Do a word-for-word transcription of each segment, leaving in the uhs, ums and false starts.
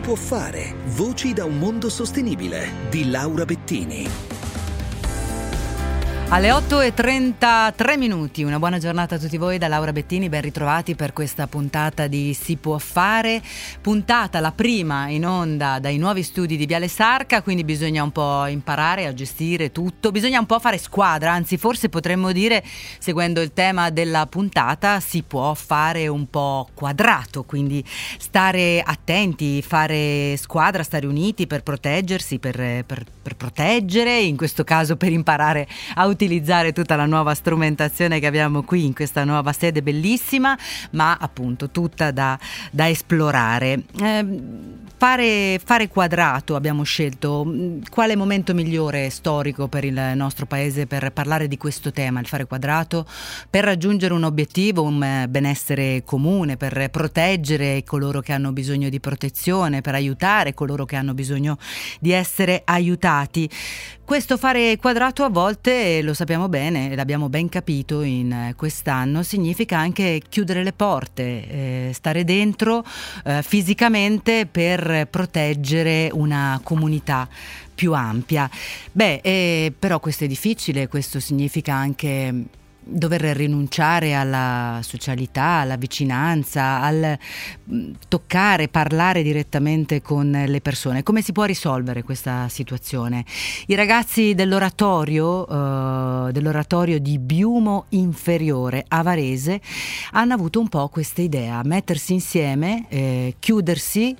può fare. Voci da un mondo sostenibile di Laura Bettini. Alle otto e trentatré minuti, una buona giornata a tutti voi da Laura Bettini, ben ritrovati per questa puntata di Si può fare, puntata la prima in onda dai nuovi studi di Viale Sarca, quindi bisogna un po' imparare a gestire tutto, bisogna un po' fare squadra, anzi forse potremmo dire, seguendo il tema della puntata, si può fare un po' quadrato, quindi stare attenti, fare squadra, stare uniti per proteggersi, per, per, per proteggere, in questo caso per imparare a utilizzare tutta la nuova strumentazione che abbiamo qui in questa nuova sede bellissima, ma appunto tutta da, da esplorare. Eh, fare, fare quadrato abbiamo scelto. Quale momento migliore storico per il nostro paese per parlare di questo tema, il fare quadrato, per raggiungere un obiettivo, un benessere comune, per proteggere coloro che hanno bisogno di protezione, per aiutare coloro che hanno bisogno di essere aiutati. Questo fare quadrato a volte, lo sappiamo bene, l'abbiamo ben capito in quest'anno, significa anche chiudere le porte, eh, stare dentro eh, fisicamente per proteggere una comunità più ampia. Beh, eh, però questo è difficile, questo significa anche dover rinunciare alla socialità, alla vicinanza, al toccare, parlare direttamente con le persone. Come si può risolvere questa situazione? I ragazzi dell'oratorio, uh, dell'oratorio di Biumo Inferiore a Varese hanno avuto un po' questa idea, mettersi insieme, eh, chiudersi,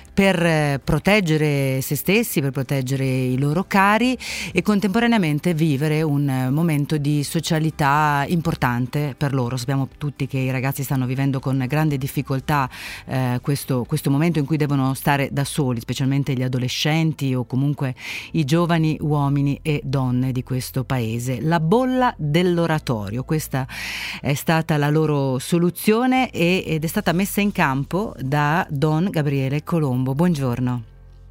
per proteggere se stessi, per proteggere i loro cari e contemporaneamente vivere un momento di socialità importante per loro. Sappiamo tutti che i ragazzi stanno vivendo con grande difficoltà eh, questo, questo momento in cui devono stare da soli, specialmente gli adolescenti o comunque i giovani uomini e donne di questo paese. La bolla dell'oratorio, questa è stata la loro soluzione e, ed è stata messa in campo da Don Gabriele Colombo. Buongiorno.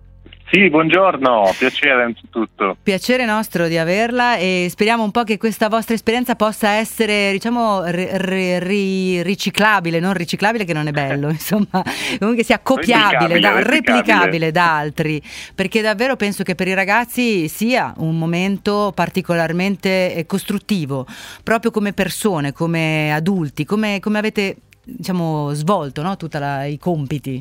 Sì, buongiorno, piacere innanzitutto. Piacere nostro di averla e speriamo un po' che questa vostra esperienza possa essere, diciamo, ri- ri- riciclabile, non riciclabile che non è bello, insomma, comunque sia copiabile, replicabile, da, replicabile. replicabile da altri, perché davvero penso che per i ragazzi sia un momento particolarmente costruttivo, proprio come persone, come adulti, come, come avete, diciamo, svolto, no? Tutti i compiti.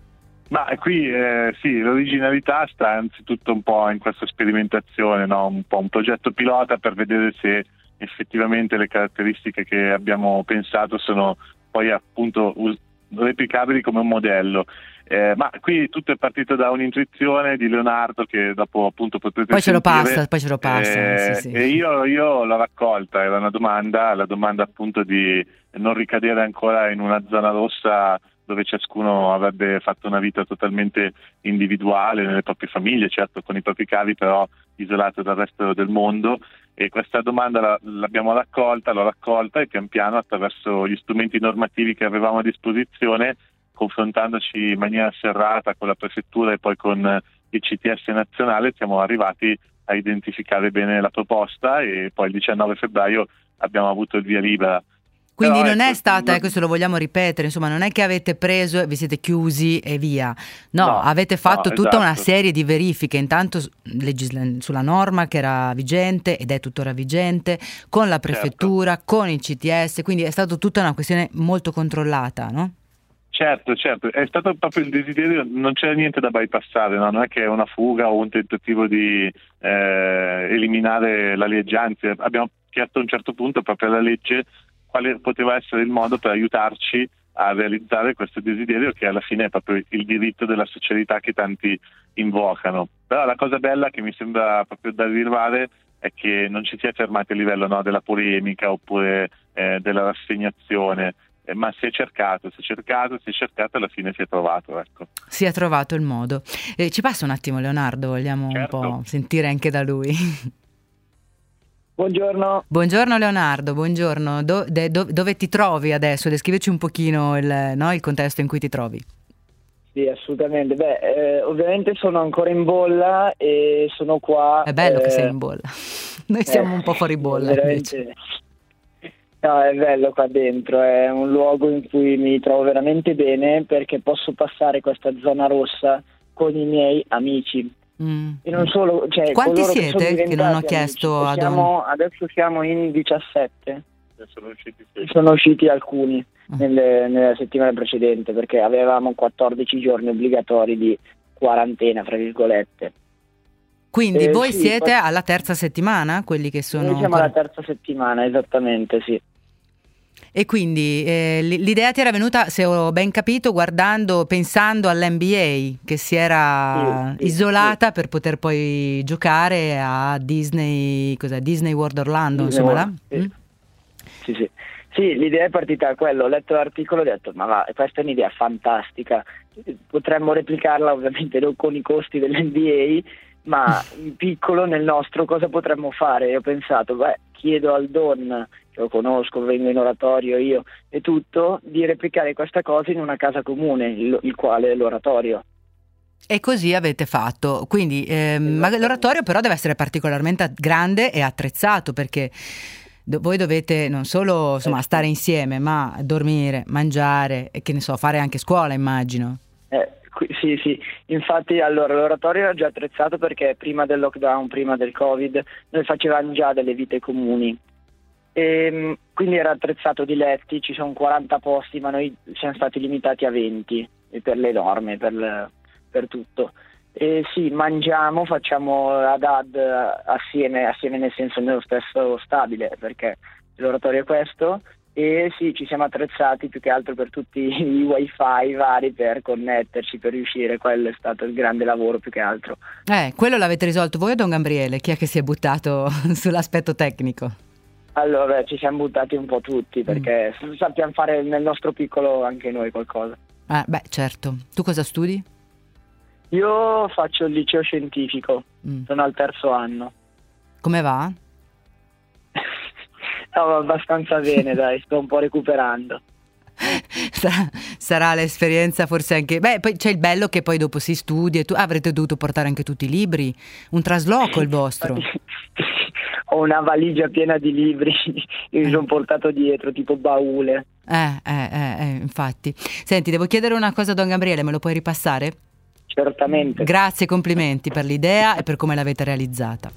Ma qui eh, sì, l'originalità sta anzitutto un po' in questa sperimentazione, no? Un po' un progetto pilota per vedere se effettivamente le caratteristiche che abbiamo pensato sono poi appunto us- replicabili come un modello. Eh, ma qui tutto è partito da un'intuizione di Leonardo che dopo appunto potete poi sentire. Ce lo passa, poi ce lo passa. Eh, sì, sì. E io, io l'ho raccolta, era una domanda, la domanda appunto di non ricadere ancora in una zona rossa dove ciascuno avrebbe fatto una vita totalmente individuale nelle proprie famiglie, certo con i propri cari, però isolato dal resto del mondo. E questa domanda la, l'abbiamo raccolta, l'ho raccolta e pian piano attraverso gli strumenti normativi che avevamo a disposizione, confrontandoci in maniera serrata con la prefettura e poi con il C T S nazionale, siamo arrivati a identificare bene la proposta e poi il diciannove febbraio abbiamo avuto il via libera. Quindi Però non ecco, è stata, non... e questo lo vogliamo ripetere, insomma, non è che avete preso e vi siete chiusi e via. No, no avete fatto no, tutta esatto. una serie di verifiche, intanto legisla- sulla norma che era vigente ed è tuttora vigente, con la prefettura, certo. con il C T S, quindi è stata tutta una questione molto controllata, no? Certo, certo, è stato proprio il desiderio, non c'era niente da bypassare, no? Non è che è una fuga o un tentativo di eh, eliminare la legge, anzi abbiamo chiesto a un certo punto proprio alla legge quale poteva essere il modo per aiutarci a realizzare questo desiderio che alla fine è proprio il diritto della socialità che tanti invocano. Però la cosa bella che mi sembra proprio da rilevare è che non ci si è fermati a livello, no, della polemica oppure eh, della rassegnazione, eh, ma si è cercato, si è cercato, si è cercato e alla fine si è trovato. Ecco. Si è trovato il modo. Eh, ci passa un attimo Leonardo, vogliamo certo. un po' sentire anche da lui. Buongiorno. Buongiorno Leonardo, buongiorno. Do, de, do, dove ti trovi adesso? Descrivici un pochino il, no, il contesto in cui ti trovi. Sì, assolutamente. Beh, eh, ovviamente sono ancora in bolla e sono qua. È bello eh, che sei in bolla. Noi siamo eh, un po' fuori bolla. Veramente. No, è bello qua dentro, è un luogo in cui mi trovo veramente bene perché posso passare questa zona rossa con i miei amici. Mm. E non solo, cioè, quanti coloro siete? Che, Che non ho chiesto amici. ad Siamo, adesso siamo in diciassette. Sono usciti, sì. Sono usciti alcuni Mm. nelle, nella settimana precedente, perché avevamo quattordici giorni obbligatori di quarantena, fra virgolette. Quindi Eh, voi sì, siete poi- alla terza settimana, quelli che sono Noi siamo ancora- alla terza settimana, esattamente, sì. E quindi eh, l- l'idea ti era venuta, se ho ben capito, guardando, pensando all'N B A che si era Sì, sì, isolata per poter poi giocare a Disney, cos'è? Disney World Orlando, Disney insomma, là? World, sì. Mm? Sì, sì. Sì, l'idea è partita da quello, ho letto l'articolo e ho detto, ma va, questa è un'idea fantastica, potremmo replicarla ovviamente non con i costi dell'N B A, ma in piccolo nel nostro cosa potremmo fare? E ho pensato, beh, chiedo al Don, che lo conosco, vengo in oratorio io e tutto, di replicare questa cosa in una casa comune, il, il quale è l'oratorio. E così avete fatto. Quindi ehm, ma Esattamente. l'oratorio però deve essere particolarmente grande e attrezzato, perché do- voi dovete non solo insomma Eh, sì. stare insieme, ma dormire, mangiare e che ne so, fare anche scuola, immagino. Eh, qui- sì, sì, infatti allora l'oratorio era già attrezzato perché prima del lockdown, prima del Covid, noi facevamo già delle vite comuni. E, quindi era attrezzato di letti, ci sono quaranta posti, ma noi siamo stati limitati a venti e per le norme, per, le- per tutto. E sì, mangiamo, facciamo ad ad assieme, assieme nel senso nello stesso stabile, perché l'oratorio è questo. E sì, ci siamo attrezzati più che altro per tutti i wifi vari per connetterci, per riuscire, quello è stato il grande lavoro più che altro. Eh, quello l'avete risolto voi o Don Gabriele? Chi è che si è buttato sull'aspetto tecnico? Allora, ci siamo buttati un po' tutti perché sappiamo fare nel nostro piccolo anche noi qualcosa. Ah, beh, certo. Tu cosa studi? Io faccio il liceo scientifico, Mm. sono al terzo anno. Come va? No, abbastanza bene, dai, sto un po' recuperando. Sarà, sarà l'esperienza forse anche... Beh, poi c'è il bello che poi dopo si studia e tu avrete dovuto portare anche tutti i libri, un trasloco il vostro. Ho una valigia piena di libri che mi Eh. sono portato dietro, tipo baule. Eh, eh, eh, eh, infatti. Senti, devo chiedere una cosa a Don Gabriele, me lo puoi ripassare? Certamente. Grazie e complimenti per l'idea e per come l'avete realizzata.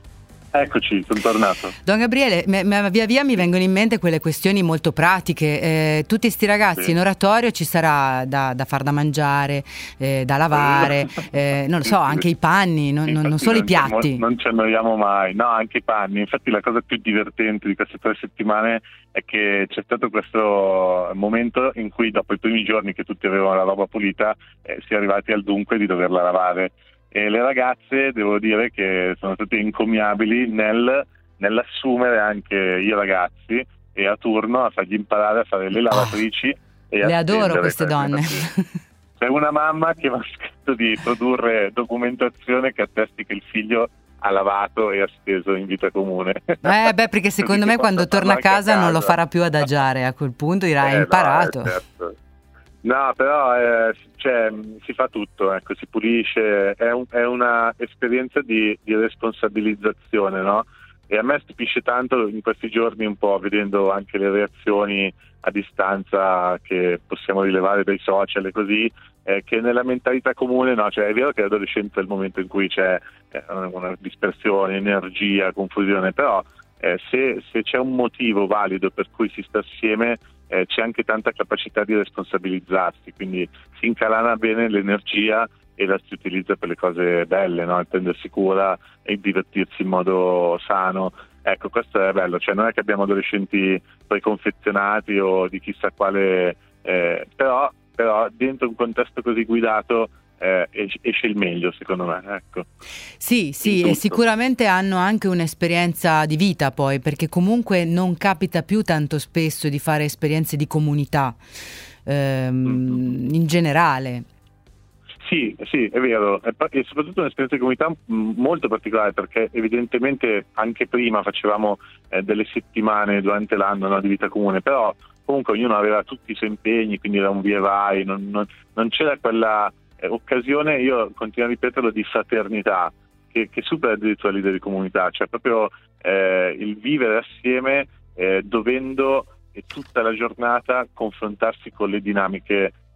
Eccoci, sono tornato. Don Gabriele, me- me- via via mi vengono in mente quelle questioni molto pratiche. Eh, tutti sti ragazzi Sì. in oratorio ci sarà da, da far da mangiare, eh, da lavare, eh, non lo so, Sì, sì. anche i panni, non, non- non Infatti solo i non ci- piatti. Non ci annoiamo mai, no, anche i panni. Infatti la cosa più divertente di queste tre settimane è che c'è stato questo momento in cui dopo i primi giorni che tutti avevano la roba pulita eh, si è arrivati al dunque di doverla lavare. E le ragazze, devo dire che sono state encomiabili nel, nell'assumere anche i ragazzi e a turno a fargli imparare a fare le lavatrici e a Le adoro stendere queste donne. sì. C'è una mamma che mi ha scritto di produrre documentazione che attesti che il figlio ha lavato e ha steso in vita comune. Eh beh, perché secondo Così me che quando possa torna a farlo anche casa non lo casa. farà più adagiare, a quel punto dirà Eh, hai imparato. No, eh, certo. No, però eh, cioè, si fa tutto, ecco, si pulisce, è, un, è una esperienza di, di responsabilizzazione, no? E a me stupisce tanto in questi giorni un po', vedendo anche le reazioni a distanza che possiamo rilevare dai social e così, eh, che nella mentalità comune, no, cioè è vero che l'adolescenza è il momento in cui c'è eh, una dispersione, energia, confusione, però eh, se, se c'è un motivo valido per cui si sta assieme, eh, c'è anche tanta capacità di responsabilizzarsi, quindi si incalana bene l'energia e la si utilizza per le cose belle, no? Il prendersi cura e divertirsi in modo sano. Ecco, questo è bello, cioè non è che abbiamo adolescenti preconfezionati o di chissà quale, eh, però, però dentro un contesto così guidato eh, esce il meglio, secondo me, ecco. Sì, sì, In e tutto. sicuramente hanno anche un'esperienza di vita poi, perché comunque non capita più tanto spesso di fare esperienze di comunità, ehm, Mm-hmm. in generale. Sì, sì, è vero, e pa- e soprattutto un'esperienza di comunità mh, molto particolare, perché evidentemente anche prima facevamo eh, delle settimane durante l'anno, no, di vita comune, però comunque ognuno aveva tutti i suoi impegni, quindi era un via e vai, non, non, non c'era quella eh, occasione, io continuo a ripeterlo, di fraternità che, che supera addirittura l'idea di comunità, cioè proprio eh, il vivere assieme eh, dovendo eh, tutta la giornata confrontarsi con le dinamiche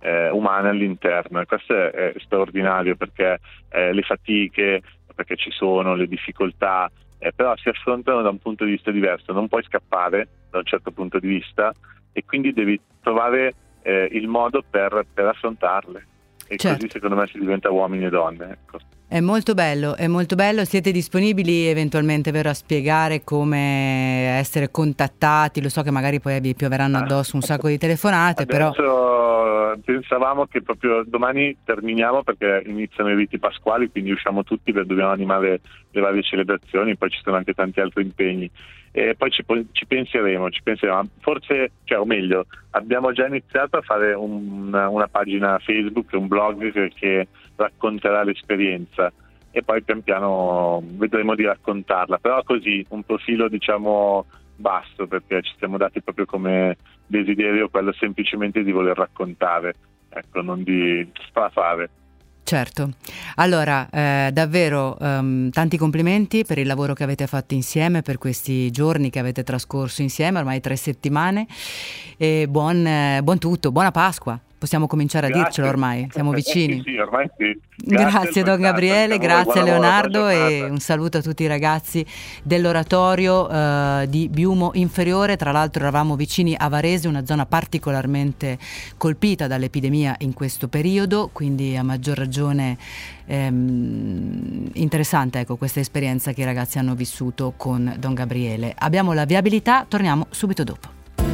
eh, umane all'interno, e questo è, è straordinario, perché eh, le fatiche, perché ci sono le difficoltà, eh, però si affrontano da un punto di vista diverso. Non puoi scappare da un certo punto di vista e quindi devi trovare eh, il modo per, per affrontarle, e certo. Così secondo me si diventa uomini e donne, ecco. È molto bello, è molto bello. Siete disponibili eventualmente, vero, a spiegare come essere contattati? Lo so che magari poi vi pioveranno addosso un sacco di telefonate. Adesso però pensavamo che proprio domani terminiamo, perché iniziano i riti pasquali, quindi usciamo tutti, dobbiamo animare le varie celebrazioni, poi ci sono anche tanti altri impegni, e poi ci, ci penseremo, ci penseremo. Forse, cioè, o meglio, abbiamo già iniziato a fare un, una, una pagina Facebook, un blog che, che racconterà l'esperienza, e poi pian piano vedremo di raccontarla, però così, un profilo diciamo basso, perché ci siamo dati proprio come desiderio quello semplicemente di voler raccontare, ecco, non di strafare. Certo. Allora, eh, davvero um, tanti complimenti per il lavoro che avete fatto insieme, per questi giorni che avete trascorso insieme, ormai tre settimane, e buon, eh, buon tutto, buona Pasqua. Possiamo cominciare a Grazie. dircelo ormai, siamo vicini. Eh sì, sì, ormai sì. Grazie, Grazie Don Gabriele, grazie a Leonardo, e un un saluto a tutti i ragazzi dell'oratorio eh, di Biumo Inferiore. Tra l'altro eravamo vicini a Varese, una zona particolarmente colpita dall'epidemia in questo periodo, quindi a maggior ragione ehm, interessante, ecco, questa esperienza che i ragazzi hanno vissuto con Don Gabriele. Abbiamo la viabilità, torniamo subito dopo.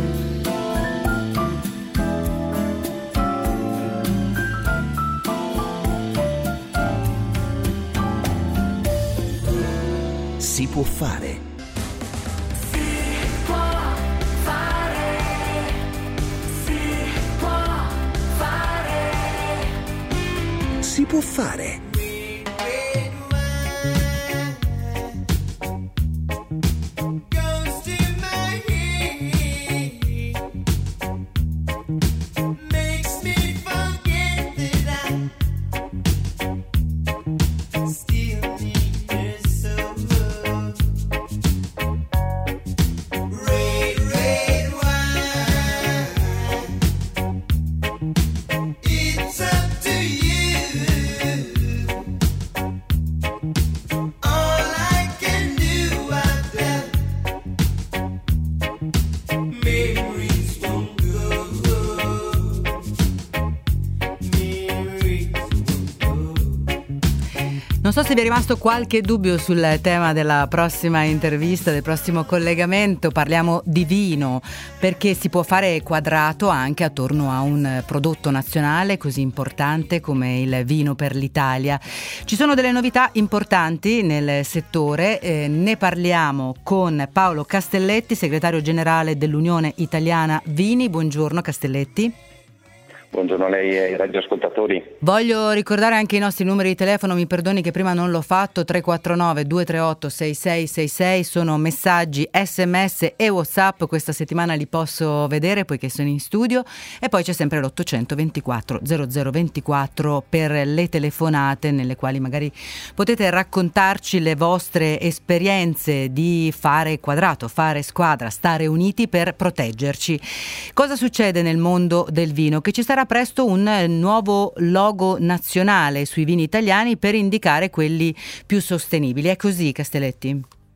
Si può fare. Si può fare. Si può fare. Si può fare. Non so se vi è rimasto qualche dubbio sul tema della prossima intervista, del prossimo collegamento. Parliamo di vino, perché si può fare quadrato anche attorno a un prodotto nazionale così importante come il vino per l'Italia. Ci sono delle novità importanti nel settore, eh, ne parliamo con Paolo Castelletti, segretario generale dell'Unione Italiana Vini. Buongiorno Castelletti. Buongiorno a lei e ai radioascoltatori. Voglio ricordare anche i nostri numeri di telefono, mi perdoni che prima non l'ho fatto, tre quattro nove due tre otto sei sei sei sei, sono messaggi, sms e WhatsApp, questa settimana li posso vedere poiché sono in studio, e poi c'è sempre l'ottocento ventiquattro zero zero ventiquattro per le telefonate, nelle quali magari potete raccontarci le vostre esperienze di fare quadrato, fare squadra, stare uniti per proteggerci. Cosa succede nel mondo del vino? Che ci sarà presto un nuovo logo nazionale sui vini italiani per indicare quelli più sostenibili. È così, Castelletti?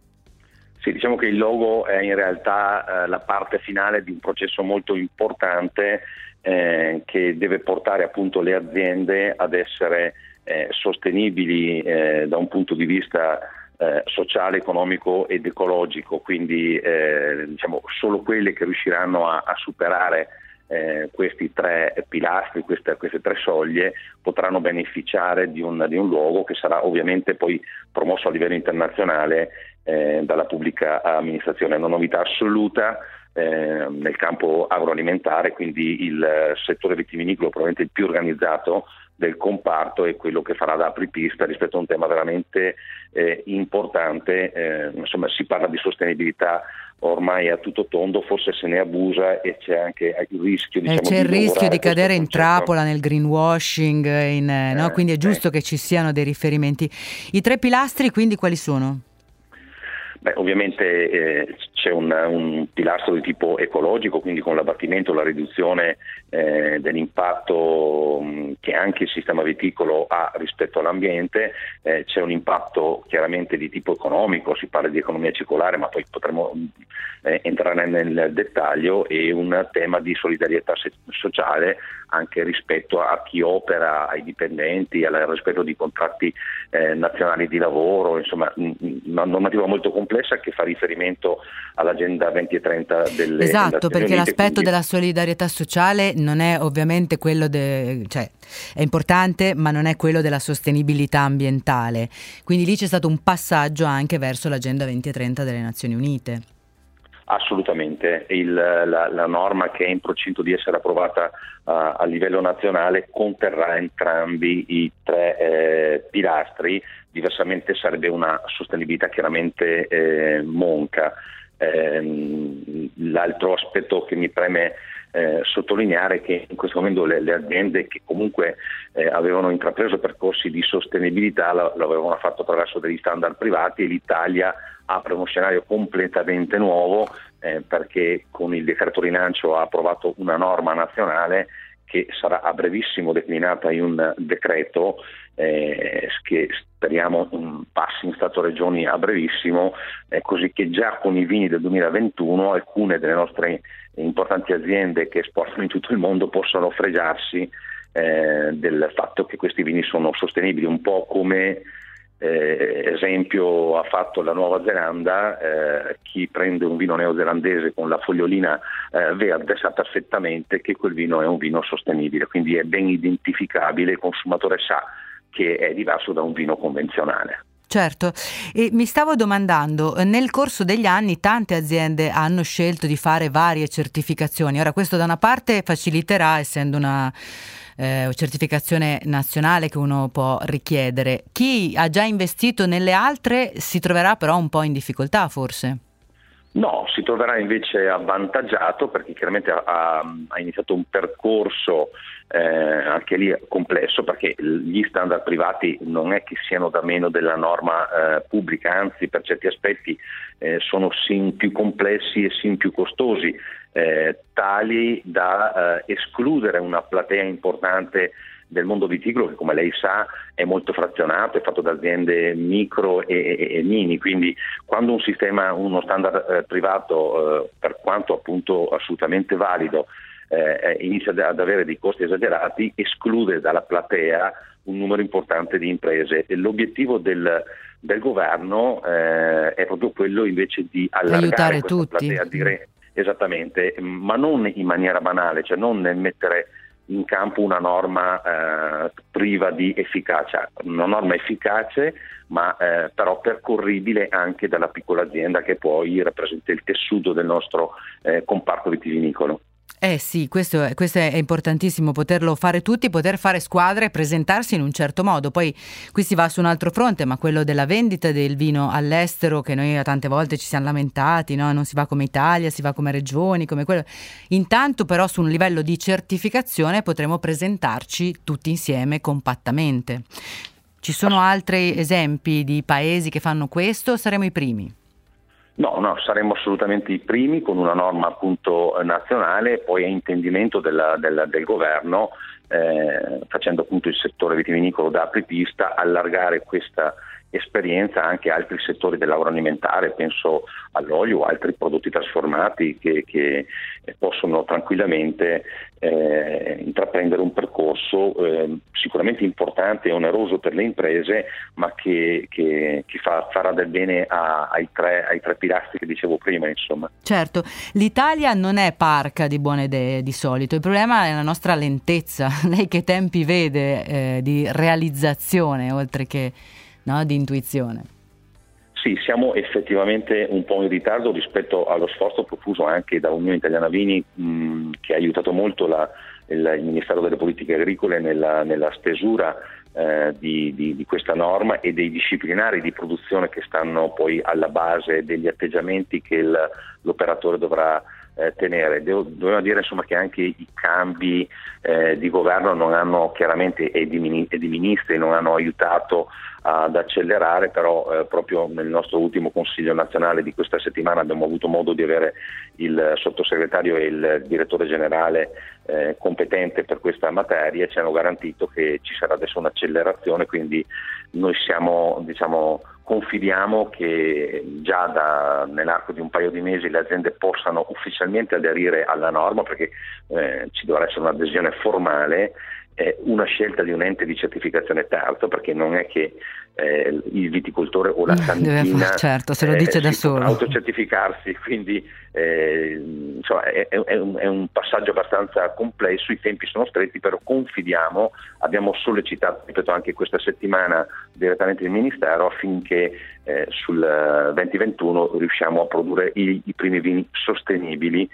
Sì, diciamo che il logo è in realtà eh, la parte finale di un processo molto importante eh, che deve portare appunto le aziende ad essere eh, sostenibili eh, da un punto di vista eh, sociale, economico ed ecologico, quindi eh, diciamo solo quelle che riusciranno a, a superare Eh, questi tre pilastri, queste, queste tre soglie, potranno beneficiare di un, di un logo che sarà ovviamente poi promosso a livello internazionale eh, dalla pubblica amministrazione. È una novità assoluta eh, nel campo agroalimentare, quindi il settore vitivinicolo probabilmente il più organizzato del comparto e quello che farà da apripista rispetto a un tema veramente eh, importante. Eh, insomma, si parla di sostenibilità ormai a tutto tondo, forse se ne abusa e c'è anche il rischio, diciamo, eh, c'è il di rischio di cadere in concetto. trappola nel greenwashing, in, eh, no? Quindi è giusto eh. che ci siano dei riferimenti. I tre pilastri quindi quali sono? Beh, ovviamente eh, c'è un, un pilastro di tipo ecologico, quindi con l'abbattimento, la riduzione eh, dell'impatto mh, che anche il sistema viticolo ha rispetto all'ambiente, eh, c'è un impatto chiaramente di tipo economico, si parla di economia circolare, ma poi potremo eh, entrare nel dettaglio, e un tema di solidarietà se- sociale anche rispetto a chi opera, ai dipendenti, al rispetto di contratti eh, nazionali di lavoro, insomma una normativa molto complessa che fa riferimento all'agenda venti trenta delle Esatto, Nazioni perché Unite, l'aspetto quindi... della solidarietà sociale non è ovviamente quello de, cioè è importante, ma non è quello della sostenibilità ambientale. Quindi lì c'è stato un passaggio anche verso l'agenda venti trenta delle Nazioni Unite. Assolutamente, Il, la, la norma che è in procinto di essere approvata uh, a livello nazionale conterrà entrambi i tre eh, pilastri, diversamente sarebbe una sostenibilità chiaramente eh, monca. Eh, l'altro aspetto che mi preme eh, sottolineare è che in questo momento le, le aziende che comunque eh, avevano intrapreso percorsi di sostenibilità lo, lo avevano fatto attraverso degli standard privati, e l'Italia apre uno scenario completamente nuovo eh, perché con il decreto rilancio ha approvato una norma nazionale che sarà a brevissimo declinata in un decreto eh, che speriamo um, passi in Stato-Regioni a brevissimo, eh, così che già con i vini del duemilaventuno alcune delle nostre importanti aziende che esportano in tutto il mondo possono fregiarsi eh, del fatto che questi vini sono sostenibili, un po' come Eh, esempio ha fatto la Nuova Zelanda. Eh, chi prende un vino neozelandese con la fogliolina eh, verde sa perfettamente che quel vino è un vino sostenibile, quindi è ben identificabile, il consumatore sa che è diverso da un vino convenzionale. Certo, e mi stavo domandando, nel corso degli anni tante aziende hanno scelto di fare varie certificazioni. Ora questo da una parte faciliterà, essendo una Eh, certificazione nazionale che uno può richiedere. Chi ha già investito nelle altre si troverà però un po' in difficoltà, forse? No, si troverà invece avvantaggiato, perché chiaramente ha, ha iniziato un percorso eh, anche lì complesso, perché gli standard privati non è che siano da meno della norma eh, pubblica, anzi per certi aspetti eh, sono sin più complessi e sin più costosi, eh, tali da eh, escludere una platea importante del mondo viticolo, che come lei sa è molto frazionato, è fatto da aziende micro e, e, e mini, quindi quando un sistema, uno standard eh, privato, eh, per quanto appunto assolutamente valido, eh, inizia ad avere dei costi esagerati, esclude dalla platea un numero importante di imprese, e l'obiettivo del, del governo eh, è proprio quello invece di allargare aiutare questa tutti. platea, dire, esattamente, ma non in maniera banale, cioè non nel mettere in campo una norma eh, priva di efficacia, una norma efficace ma eh, però percorribile anche dalla piccola azienda, che poi rappresenta il tessuto del nostro eh, comparto vitivinicolo. Eh sì, questo è, questo è importantissimo, poterlo fare tutti, poter fare squadre, presentarsi in un certo modo. Poi qui si va su un altro fronte, ma quello della vendita del vino all'estero, che noi tante volte ci siamo lamentati, no? Non si va come Italia, si va come regioni, come quello. Intanto però su un livello di certificazione potremo presentarci tutti insieme compattamente. Ci sono altri esempi di paesi che fanno questo o saremo i primi? No, no, saremmo assolutamente i primi, con una norma appunto nazionale, poi a intendimento della, della, del governo, eh, facendo appunto il settore vitivinicolo da apripista, allargare questa esperienza anche a altri settori dell'agroalimentare, penso all'olio o altri prodotti trasformati che, che possono tranquillamente eh, intraprendere un percorso eh, sicuramente importante e oneroso per le imprese, ma che, che, che fa, farà del bene a, ai, tre, ai tre pilastri che dicevo prima, insomma. Certo, l'Italia non è parca di buone idee di solito, il problema è la nostra lentezza. Lei che tempi vede eh, di realizzazione oltre che no, di intuizione? Sì, siamo effettivamente un po' in ritardo rispetto allo sforzo profuso anche da Unione Italiana Vini, mh, che ha aiutato molto la, il, il Ministero delle Politiche Agricole nella, nella stesura eh, di, di, di questa norma e dei disciplinari di produzione che stanno poi alla base degli atteggiamenti che il, l'operatore dovrà eh, tenere. Devo, dobbiamo dire insomma che anche i cambi eh, di governo non hanno chiaramente e di, e di ministri non hanno aiutato ad accelerare, però eh, proprio nel nostro ultimo Consiglio nazionale di questa settimana abbiamo avuto modo di avere il sottosegretario e il direttore generale eh, competente per questa materia e ci hanno garantito che ci sarà adesso un'accelerazione, quindi noi siamo, diciamo, confidiamo che già da, nell'arco di un paio di mesi le aziende possano ufficialmente aderire alla norma, perché eh, ci dovrà essere un'adesione formale, eh, una scelta di un ente di certificazione terzo, perché non è che eh, il viticoltore o la cantina certo, se lo dice eh, da si solo potrà autocertificarsi, quindi eh, insomma, è, è, un, è un passaggio abbastanza complesso, i tempi sono stretti, però confidiamo, abbiamo sollecitato, ripeto, anche questa settimana direttamente il Ministero affinché eh, sul venti ventuno riusciamo a produrre i, i primi vini sostenibili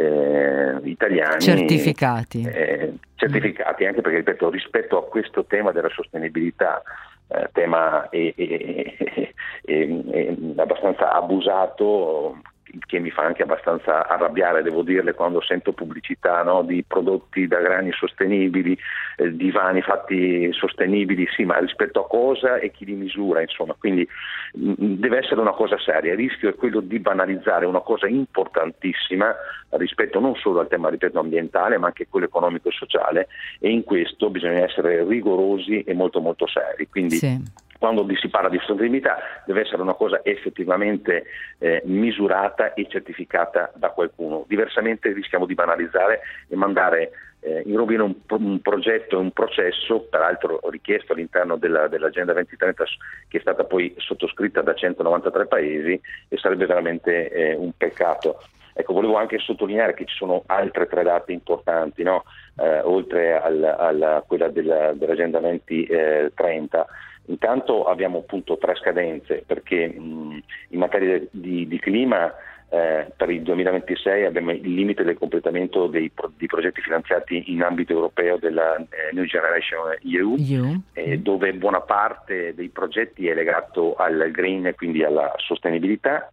eh, italiani certificati eh, certificati, anche perché, ripeto, rispetto a questo tema della sostenibilità, eh, tema è, è, è, è, è abbastanza abusato, che mi fa anche abbastanza arrabbiare, devo dirle, quando sento pubblicità, no, di prodotti da grani sostenibili, eh, divani fatti sostenibili, sì, ma rispetto a cosa e chi li misura, insomma, quindi mh, deve essere una cosa seria. Il rischio è quello di banalizzare una cosa importantissima rispetto non solo al tema, ripeto, ambientale, ma anche quello economico e sociale, e in questo bisogna essere rigorosi e molto molto seri, quindi sì. Quando si parla di sostenibilità deve essere una cosa effettivamente eh, misurata e certificata da qualcuno, diversamente rischiamo di banalizzare e mandare eh, in rovina un, un progetto e un processo, peraltro richiesto all'interno della, dell'Agenda duemilatrenta, che è stata poi sottoscritta da centonovantatré paesi, e sarebbe veramente eh, un peccato. Ecco, volevo anche sottolineare che ci sono altre tre date importanti, no? eh, oltre al, a quella della, dell'Agenda duemilatrenta. Intanto abbiamo appunto tre scadenze, perché mh, in materia di, di clima eh, per il duemilaventisei abbiamo il limite del completamento dei, pro, dei progetti finanziati in ambito europeo della eh, New Generation E U, yeah. eh, dove buona parte dei progetti è legato al green, quindi alla sostenibilità.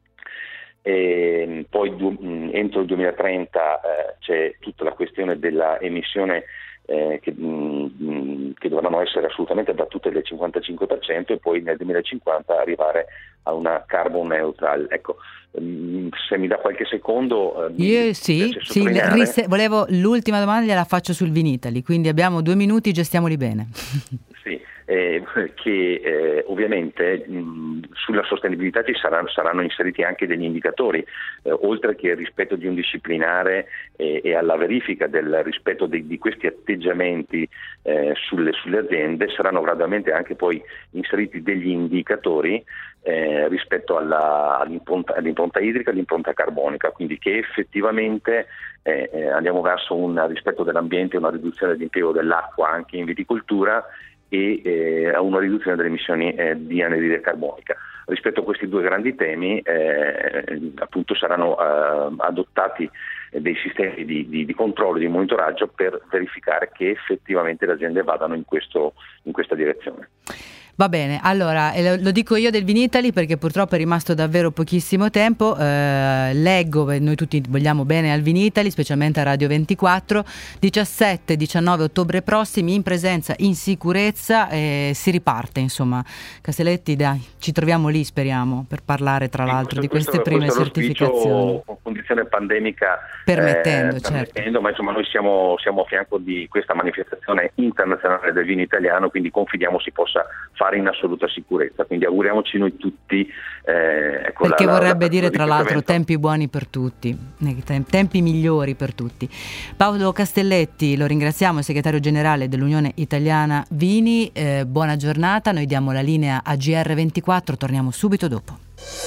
E poi du, mh, entro il duemilatrenta eh, c'è tutta la questione della emissione Eh, che, mh, che dovranno essere assolutamente abbattute del cinquantacinque per cento, e poi nel duemilacinquanta arrivare a una carbon neutral. Ecco, mh, se mi dà qualche secondo. Eh, Io sì, sì ris- volevo l'ultima domanda gliela faccio sul Vinitaly, quindi abbiamo due minuti, gestiamoli bene. Sì, eh, che eh, ovviamente mh, sulla sostenibilità ci saranno, saranno inseriti anche degli indicatori, eh, oltre che il rispetto di un disciplinare e, e alla verifica del rispetto di, di questi atteggiamenti eh, sulle, sulle aziende, saranno gradualmente anche poi inseriti degli indicatori eh, rispetto alla, all'impronta, all'impronta idrica e all'impronta carbonica, quindi che effettivamente eh, eh, andiamo verso un rispetto dell'ambiente e una riduzione dell'impiego dell'acqua anche in viticoltura, e eh, a una riduzione delle emissioni eh, di anidride carbonica. Rispetto a questi due grandi temi eh, appunto saranno eh, adottati dei sistemi di, di, di controllo e di monitoraggio per verificare che effettivamente le aziende vadano in, questo, in questa direzione. Va bene, allora lo dico io del Vinitaly perché purtroppo è rimasto davvero pochissimo tempo. Eh, leggo, noi tutti vogliamo bene al Vinitaly, specialmente a Radio ventiquattro, diciassette diciannove ottobre prossimi, in presenza, in sicurezza, eh, si riparte, insomma. Castelletti, dai, ci troviamo lì, speriamo, per parlare tra l'altro questo, di queste questo, prime questo certificazioni. Con condizione pandemica permettendo, eh, certo. permettendo, ma insomma noi siamo, siamo a fianco di questa manifestazione internazionale del vino italiano, quindi confidiamo si possa fare in assoluta sicurezza, quindi auguriamoci noi tutti eh, ecco, perché la, vorrebbe la, dire di tra l'altro evento. Tempi buoni per tutti, tempi migliori per tutti. Paolo Castelletti, lo ringraziamo, il segretario generale dell'Unione Italiana Vini, eh, buona giornata, noi diamo la linea a G R ventiquattro, torniamo subito dopo.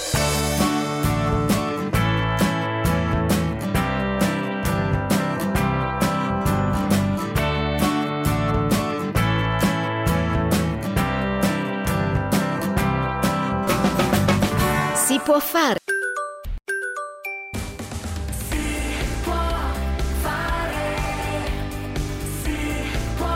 Si può fare. Si può fare. Si può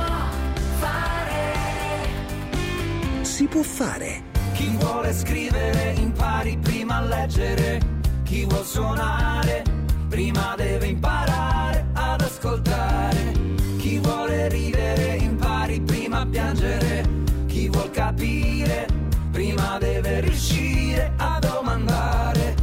fare. Si può fare. Chi vuole scrivere impari prima a leggere. Chi vuol suonare prima deve imparare ad ascoltare. Chi vuole ridere impari prima a piangere. Chi vuol capire, prima deve riuscire a domandare.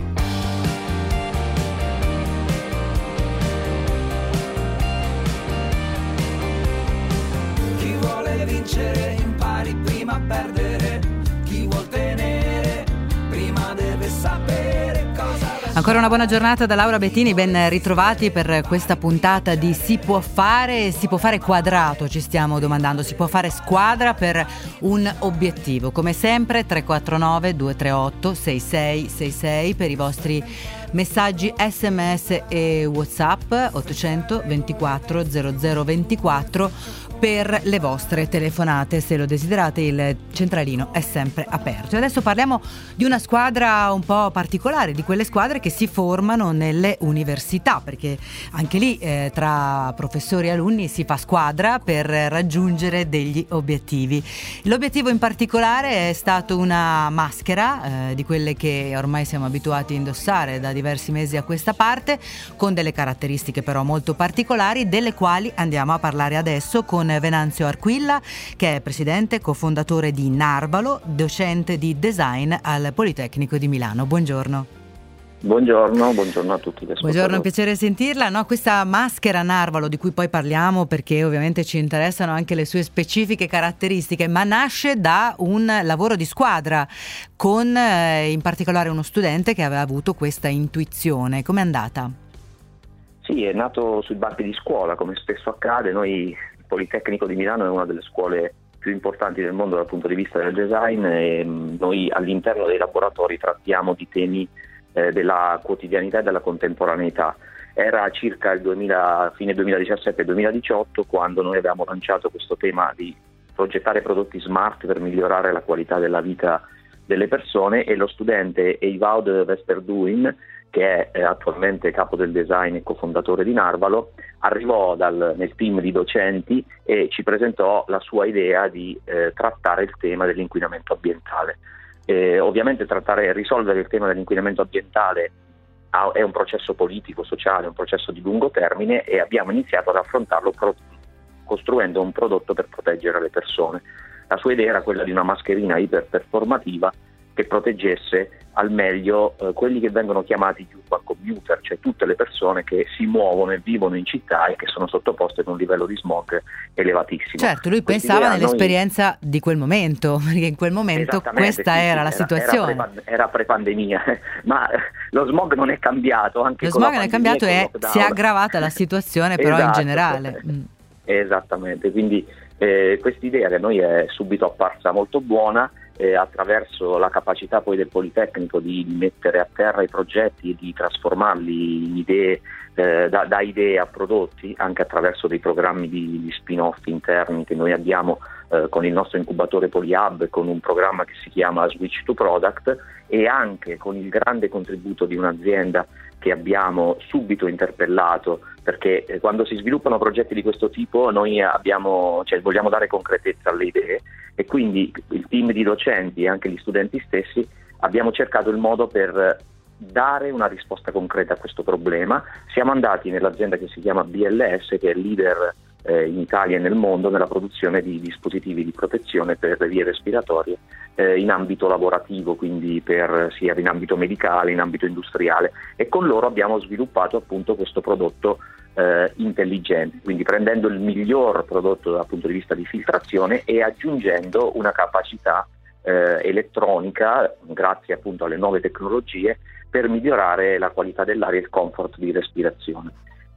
Chi vuole vincere impari prima a perdere, chi vuol tenere prima deve sapere cosa. Ancora una buona giornata da Laura Bettini, ben ritrovati per questa puntata di Si può fare, si può fare quadrato, ci stiamo domandando, si può fare squadra per un obiettivo. Come sempre tre quattro nove due tre otto sei sei sei sei per i vostri messaggi sms e WhatsApp, ottocento ventiquattro zero zero ventiquattro per le vostre telefonate, se lo desiderate il centralino è sempre aperto. E adesso parliamo di una squadra un po' particolare, di quelle squadre che si formano nelle università, perché anche lì eh, tra professori e alunni si fa squadra per raggiungere degli obiettivi. L'obiettivo in particolare è stato una maschera eh, di quelle che ormai siamo abituati a indossare da diversi mesi a questa parte, con delle caratteristiche però molto particolari, delle quali andiamo a parlare adesso con Venanzio Arquilla, che è presidente cofondatore di Narvalo, docente di design al Politecnico di Milano. Buongiorno. Buongiorno, buongiorno a tutti. Buongiorno, piacere sentirla. No, questa maschera Narvalo, di cui poi parliamo perché ovviamente ci interessano anche le sue specifiche caratteristiche, ma nasce da un lavoro di squadra con eh, in particolare uno studente che aveva avuto questa intuizione. Com'è andata? Sì, è nato sui banchi di scuola, come spesso accade. Noi Politecnico di Milano è una delle scuole più importanti del mondo dal punto di vista del design e noi all'interno dei laboratori trattiamo di temi eh, della quotidianità e della contemporaneità. Era circa il duemila, fine duemiladiciassette duemiladiciotto quando noi abbiamo lanciato questo tema di progettare prodotti smart per migliorare la qualità della vita delle persone, e lo studente Ewout Westerduin, che è attualmente capo del design e cofondatore di Narvalo, arrivò dal, nel team di docenti e ci presentò la sua idea di eh, trattare il tema dell'inquinamento ambientale. Eh, ovviamente trattare e risolvere il tema dell'inquinamento ambientale ha, è un processo politico, sociale, un processo di lungo termine, e abbiamo iniziato ad affrontarlo pro- costruendo un prodotto per proteggere le persone. La sua idea era quella di una mascherina iperperformativa che proteggesse al meglio eh, quelli che vengono chiamati gli urban commuter, cioè tutte le persone che si muovono e vivono in città e che sono sottoposte ad un livello di smog elevatissimo. Certo, lui Quest'idea pensava nell'esperienza noi... di quel momento, perché in quel momento questa sì, era sì, la situazione. Era, pre- era pre-pandemia, ma lo smog non è cambiato. Anche lo con smog la non è cambiato e si è aggravata la situazione però esatto, in generale. Mm. Esattamente, quindi eh, quest'idea che a noi è subito apparsa molto buona, eh, attraverso la capacità poi del Politecnico di mettere a terra i progetti e di trasformarli in idee, eh, da, da idee a prodotti, anche attraverso dei programmi di, di spin-off interni che noi abbiamo eh, con il nostro incubatore PolyHub, con un programma che si chiama Switch to Product, e anche con il grande contributo di un'azienda che abbiamo subito interpellato, perché eh, quando si sviluppano progetti di questo tipo noi abbiamo, cioè, vogliamo dare concretezza alle idee, e quindi il team di docenti e anche gli studenti stessi abbiamo cercato il modo per dare una risposta concreta a questo problema. Siamo andati nell'azienda che si chiama B L S, che è il leader eh, in Italia e nel mondo nella produzione di dispositivi di protezione per le vie respiratorie eh, in ambito lavorativo, quindi per, sia in ambito medicale, in ambito industriale, e con loro abbiamo sviluppato appunto questo prodotto eh, intelligente, quindi prendendo il miglior prodotto dal punto di vista di filtrazione e aggiungendo una capacità eh, elettronica, grazie appunto alle nuove tecnologie, per migliorare la qualità dell'aria e il comfort di respirazione.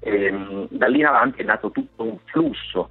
E, da lì in avanti è nato tutto un flusso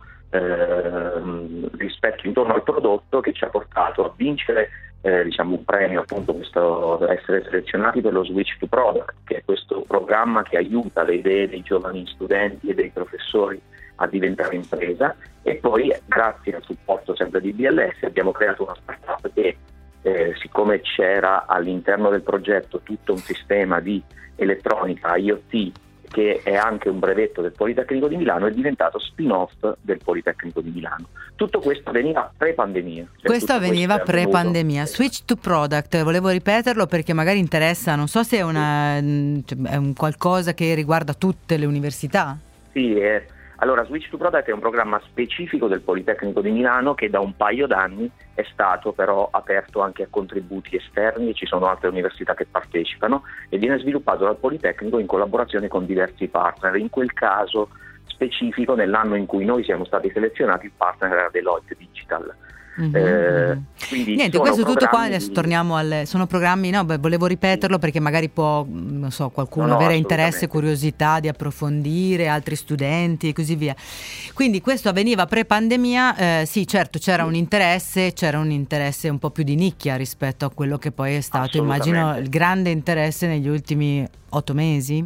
eh, rispetto intorno al prodotto che ci ha portato a vincere eh, diciamo un premio, appunto questo, essere selezionati per lo Switch to Product, che è questo programma che aiuta le idee dei giovani studenti e dei professori a diventare impresa, e poi grazie al supporto sempre di B L S abbiamo creato una startup che Eh, siccome c'era all'interno del progetto tutto un sistema di elettronica I O T che è anche un brevetto del Politecnico di Milano, è diventato spin-off del Politecnico di Milano. Tutto questo avveniva pre-pandemia. Cioè questo avveniva questo pre-pandemia. Switch to Product, volevo ripeterlo perché magari interessa, non so se è, una, cioè, è un qualcosa che riguarda tutte le università. Sì, è Allora, Switch to Product è un programma specifico del Politecnico di Milano che da un paio d'anni è stato però aperto anche a contributi esterni e ci sono altre università che partecipano e viene sviluppato dal Politecnico in collaborazione con diversi partner. In quel caso specifico, nell'anno in cui noi siamo stati selezionati, il partner era Deloitte Digital. Mm-hmm. Eh, Niente, questo tutto qua, adesso di... torniamo al sono programmi, no, beh, volevo ripeterlo perché magari può, non so, qualcuno no, no, avere interesse, curiosità di approfondire, altri studenti e così via. Quindi questo avveniva pre-pandemia, eh, sì, certo, c'era sì. un interesse, c'era un interesse un po' più di nicchia rispetto a quello che poi è stato, immagino, il grande interesse negli ultimi otto mesi.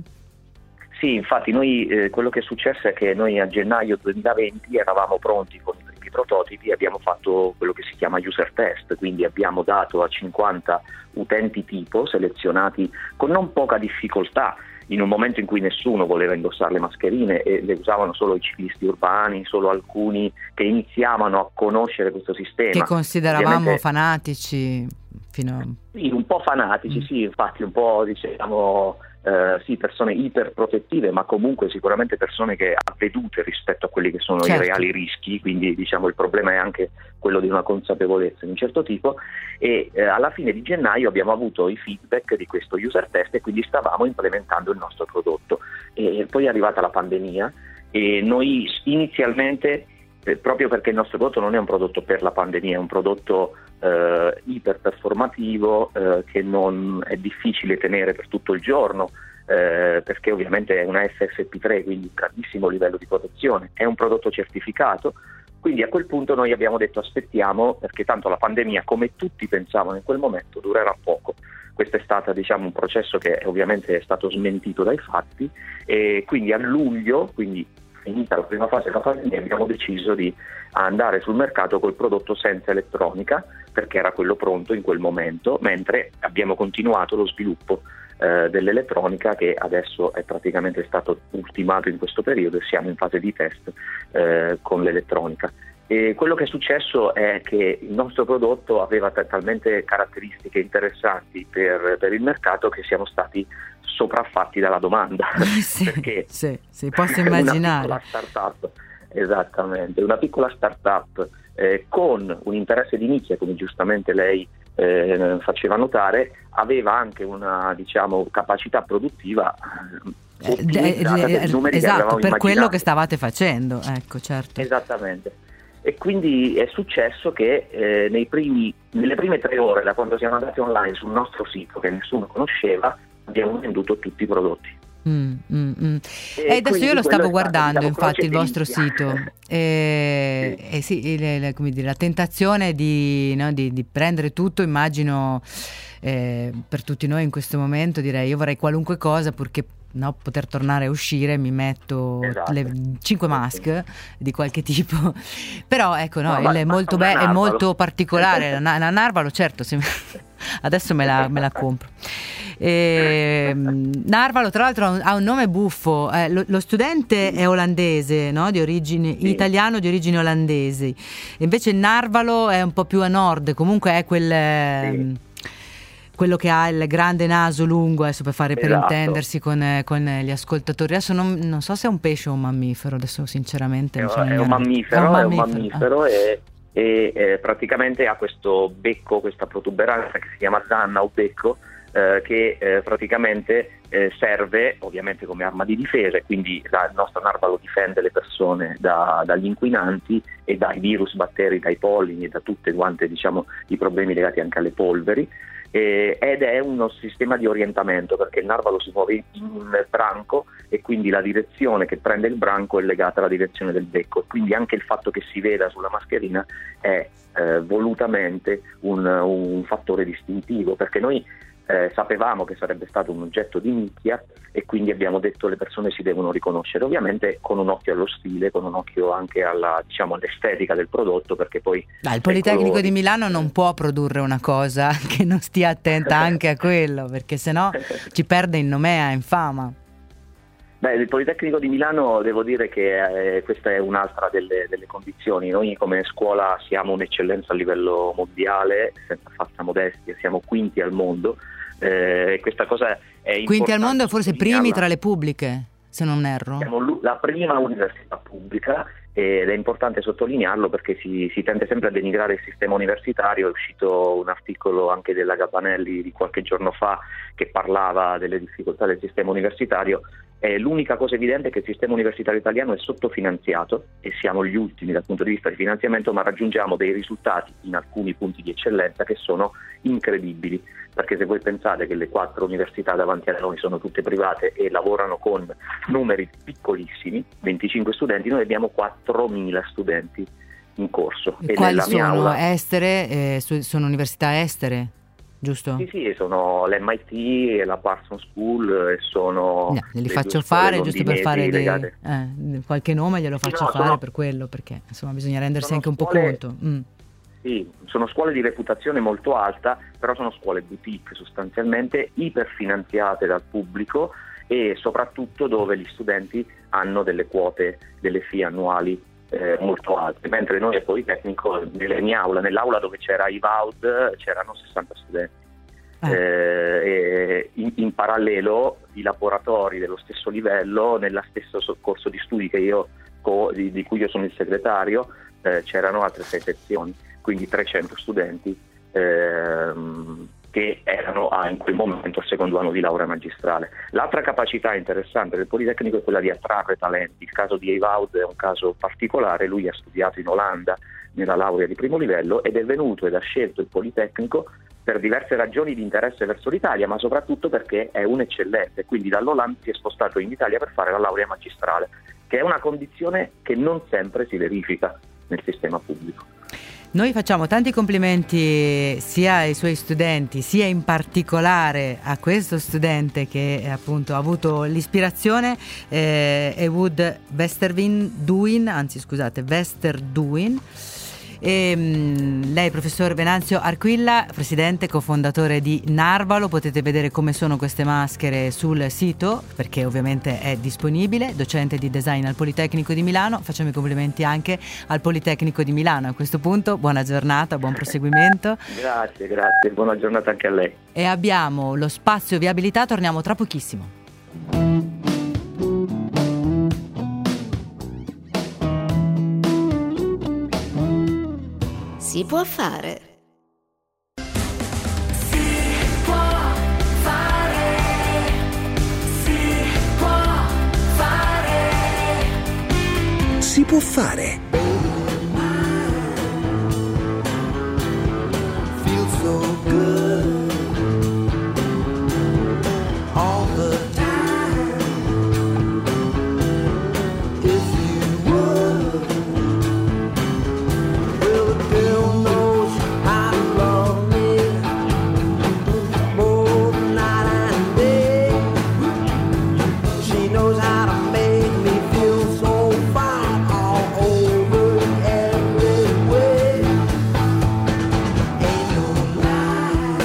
Sì, infatti noi eh, quello che è successo è che noi a gennaio duemilaventi eravamo pronti con i primi prototipi e abbiamo fatto quello che si chiama user test, quindi abbiamo dato a cinquanta utenti tipo selezionati con non poca difficoltà in un momento in cui nessuno voleva indossare le mascherine e le usavano solo i ciclisti urbani, solo alcuni che iniziavano a conoscere questo sistema. Che consideravamo Ovviamente, fanatici fino a... Sì, un po' fanatici, mm. sì, infatti un po' diciamo... Uh, sì, persone iperprotettive, ma comunque sicuramente persone che avvedute rispetto a quelli che sono certo. i reali rischi, quindi diciamo il problema è anche quello di una consapevolezza di un certo tipo e uh, alla fine di gennaio abbiamo avuto i feedback di questo user test e quindi stavamo implementando il nostro prodotto e poi è arrivata la pandemia e noi inizialmente eh, proprio perché il nostro prodotto non è un prodotto per la pandemia, è un prodotto eh, iperperformativo eh, che non è difficile tenere per tutto il giorno eh, perché ovviamente è una F F P tre, quindi un grandissimo livello di protezione, è un prodotto certificato, quindi a quel punto noi abbiamo detto aspettiamo perché tanto la pandemia, come tutti pensavano in quel momento, durerà poco. Questo è stato diciamo un processo che ovviamente è stato smentito dai fatti e quindi a luglio, quindi finita la prima fase della pandemia, abbiamo deciso di andare sul mercato col prodotto senza elettronica perché era quello pronto in quel momento, mentre abbiamo continuato lo sviluppo eh, dell'elettronica che adesso è praticamente stato ultimato in questo periodo e siamo in fase di test eh, con l'elettronica. E quello che è successo è che il nostro prodotto aveva t- talmente caratteristiche interessanti per, per il mercato che siamo stati sopraffatti dalla domanda. Sì, perché sì, sì, posso immaginare. Una piccola startup, esattamente, una piccola startup eh, con un interesse di nicchia, come giustamente lei eh, faceva notare, aveva anche una diciamo capacità produttiva eh, ottimizzata per i numeri che avevamo esatto, per immaginato. quello che stavate facendo, ecco, certo. Esattamente. E quindi è successo che eh, nei primi, nelle prime tre ore da quando siamo andati online sul nostro sito che nessuno conosceva abbiamo venduto tutti i prodotti. Mm, mm, mm. E, e adesso io lo stavo guardando stato, diciamo, infatti il vostro sito e, sì. e sì, le, le, come dire, la tentazione di, no, di, di prendere tutto, immagino eh, per tutti noi in questo momento direi io vorrei qualunque cosa purché no, poter tornare a uscire, mi metto esatto. le cinque mask di qualche tipo, però ecco no, no è molto be- è molto particolare la, la Narvalo, certo se... adesso me la, me la compro. E, Narvalo tra l'altro ha un nome buffo, eh, lo, lo studente è olandese, no? Di origine sì. italiano di origini olandesi, invece il Narvalo è un po' più a nord, comunque è quel sì. quello che ha il grande naso lungo, adesso per fare esatto. per intendersi con, con gli ascoltatori. Adesso non, non so se è un pesce o un mammifero, adesso sinceramente è, non sono è, un mammifero, è un mammifero, è un mammifero ah. e, e eh, praticamente ha questo becco, questa protuberanza che si chiama zanna o becco, eh, che eh, praticamente eh, serve ovviamente come arma di difesa, quindi la, il nostro narvalo difende le persone da, dagli inquinanti e dai virus, batteri, dai pollini e da tutte quante diciamo i problemi legati anche alle polveri. Eh, ed è uno sistema di orientamento perché il narvalo si muove in branco e quindi la direzione che prende il branco è legata alla direzione del becco, quindi anche il fatto che si veda sulla mascherina è eh, volutamente un, un fattore distintivo perché noi eh, sapevamo che sarebbe stato un oggetto di nicchia e quindi abbiamo detto le persone si devono riconoscere, ovviamente con un occhio allo stile, con un occhio anche alla, diciamo, all'estetica del prodotto perché poi Dai, il Politecnico di Milano non può produrre una cosa che non stia attenta anche a quello perché sennò ci perde in nomea, in fama. Beh, il Politecnico di Milano devo dire che eh, questa è un'altra delle, delle condizioni. Noi come scuola siamo un'eccellenza a livello mondiale, senza falsa modestia, siamo quinti al mondo. Eh, questa cosa è quinti al mondo e forse primi tra le pubbliche, se non erro. Siamo la prima università pubblica ed è importante sottolinearlo perché si, si tende sempre a denigrare il sistema universitario. È uscito un articolo anche della Gabanelli di qualche giorno fa che parlava delle difficoltà del sistema universitario. Eh, l'unica cosa evidente è che il sistema universitario italiano è sottofinanziato e siamo gli ultimi dal punto di vista di finanziamento, ma raggiungiamo dei risultati in alcuni punti di eccellenza che sono incredibili, perché se voi pensate che le quattro università davanti a noi sono tutte private e lavorano con numeri piccolissimi, venticinque studenti, noi abbiamo quattromila studenti in corso. E e quali nella mia sono? aula... Estere? Eh, su- sono università estere? Giusto? Sì, sì, sono l'M I T e la Parsons School e sono... No, glieli le faccio due fare scuole giusto per fare dei, legate. eh, qualche nome glielo faccio no, fare sono- per quello, perché insomma bisogna rendersi sono anche un po' scuole- conto. Mm. Sì, sono scuole di reputazione molto alta, però sono scuole boutique sostanzialmente, iperfinanziate dal pubblico e soprattutto dove gli studenti hanno delle quote, delle fee annuali eh, molto alte, mentre noi al Politecnico, nella mia aula, nell'aula dove c'era I V A U D, c'erano sessanta studenti. Eh. Eh, e in, in parallelo i laboratori dello stesso livello, nello stesso so- corso di studi che io co- di, di cui io sono il segretario, eh, c'erano altre sei sezioni, quindi trecento studenti ehm, che erano ah, in quel momento al secondo anno di laurea magistrale. L'altra capacità interessante del Politecnico è quella di attrarre talenti. Il caso di Ewoud è un caso particolare, lui ha studiato in Olanda nella laurea di primo livello ed è venuto ed ha scelto il Politecnico per diverse ragioni di interesse verso l'Italia, ma soprattutto perché è un eccellente, quindi dall'Olanda si è spostato in Italia per fare la laurea magistrale, che è una condizione che non sempre si verifica nel sistema pubblico. Noi facciamo tanti complimenti sia ai suoi studenti, sia in particolare a questo studente che eh, appunto ha avuto l'ispirazione, eh, Ewoud Westerduin, anzi scusate, Westerduin. E, mh, lei, professor Venanzio Arquilla, presidente cofondatore di Narvalo. Potete vedere come sono queste maschere sul sito, perché ovviamente è disponibile. Docente di design al Politecnico di Milano. Facciamo i complimenti anche al Politecnico di Milano. A questo punto buona giornata, buon proseguimento. Grazie, grazie, buona giornata anche a lei. E abbiamo lo spazio viabilità, torniamo tra pochissimo. Si può fare. Si può fare. Feel so good all the time. If you would, well, the girl knows how to love me more than night and day. She knows how to make me feel so fine all over every way. Ain't no lie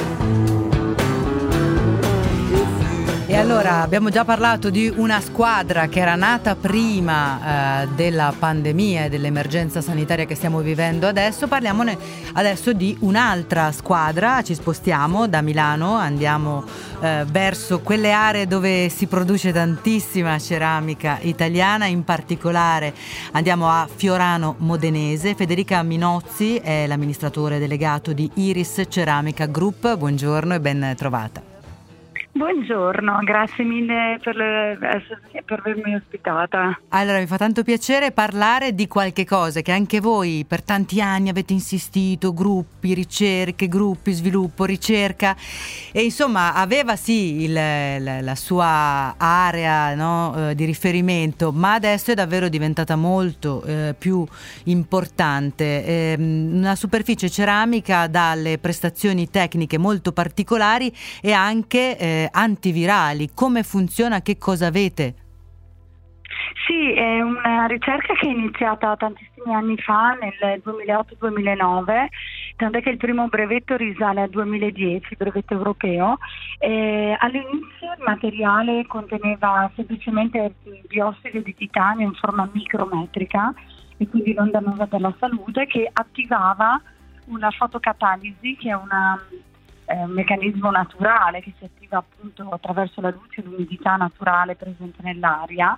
if you E allora abbiamo già parlato di una squadra che era nata prima eh, della pandemia e dell'emergenza sanitaria che stiamo vivendo adesso. Parliamone adesso di un'altra squadra. Ci spostiamo da Milano, andiamo eh, verso quelle aree dove si produce tantissima ceramica italiana, in particolare andiamo a Fiorano Modenese. Federica Minozzi è l'amministratore delegato di Iris Ceramica Group. Buongiorno e ben trovata. Buongiorno, grazie mille per, le, per avermi ospitata. Allora, mi fa tanto piacere parlare di qualche cosa che anche voi per tanti anni avete insistito, gruppi, ricerche, gruppi, sviluppo, ricerca, e insomma aveva sì il, la, la sua area, no, eh, di riferimento, ma adesso è davvero diventata molto eh, più importante. Eh, una superficie ceramica dalle prestazioni tecniche molto particolari e anche eh, antivirali. Come funziona? Che cosa avete? Sì, è una ricerca che è iniziata tantissimi anni fa, nel duemilaotto duemilanove, tant'è che il primo brevetto risale al duemiladieci, brevetto europeo. E all'inizio il materiale conteneva semplicemente biossido di titanio in forma micrometrica e quindi non dannosa per la salute, che attivava una fotocatalisi, che è una è un meccanismo naturale che si attiva appunto attraverso la luce e l'umidità naturale presente nell'aria.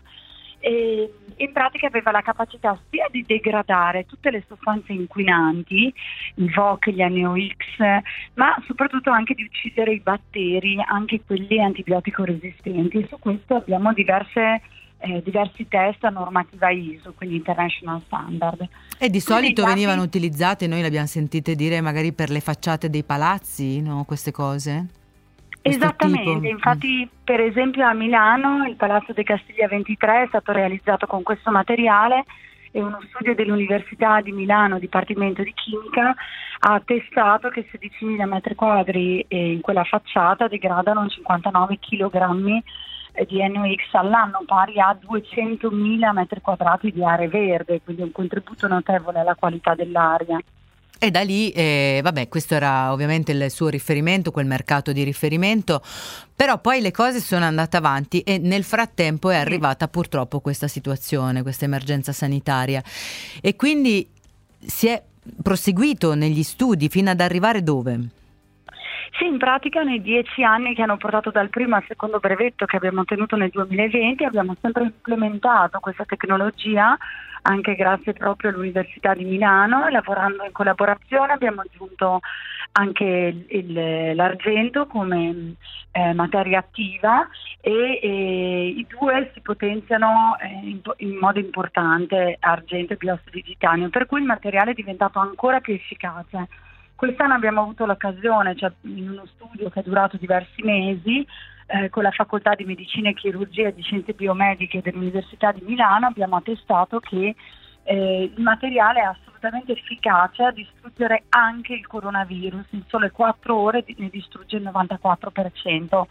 E in pratica aveva la capacità sia di degradare tutte le sostanze inquinanti, i V O C, gli N O X, ma soprattutto anche di uccidere i batteri, anche quelli antibiotico resistenti. E su questo abbiamo diverse, eh, diversi test a normativa I S O, quindi International Standard. E di solito Quindi, venivano utilizzate, noi l'abbiamo sentite dire, magari per le facciate dei palazzi, no? Queste cose? Questo Esattamente, tipo. infatti per esempio a Milano il Palazzo dei Castiglia ventitré è stato realizzato con questo materiale e uno studio dell'Università di Milano, Dipartimento di Chimica, ha attestato che sedicimila metri quadri in quella facciata degradano cinquantanove chilogrammi di N O X all'anno, pari a duecentomila metri quadrati di area verde, quindi un contributo notevole alla qualità dell'aria. E da lì, eh, vabbè, questo era ovviamente il suo riferimento, quel mercato di riferimento, però poi le cose sono andate avanti e nel frattempo è arrivata purtroppo questa situazione, questa emergenza sanitaria, e quindi si è proseguito negli studi fino ad arrivare dove? Sì, in pratica nei dieci anni che hanno portato dal primo al secondo brevetto che abbiamo ottenuto nel duemilaventi abbiamo sempre implementato questa tecnologia anche grazie proprio all'Università di Milano, e lavorando in collaborazione abbiamo aggiunto anche il, il, l'argento come eh, materia attiva e, e i due si potenziano eh, in, in modo importante, argento e biossido di titanio, per cui il materiale è diventato ancora più efficace. Quest'anno abbiamo avuto l'occasione, cioè in uno studio che è durato diversi mesi, eh, con la Facoltà di Medicina e Chirurgia e di Scienze Biomediche dell'Università di Milano, abbiamo attestato che eh, il materiale è assolutamente efficace a distruggere anche il coronavirus. In sole quattro ore ne distrugge il novantaquattro per cento.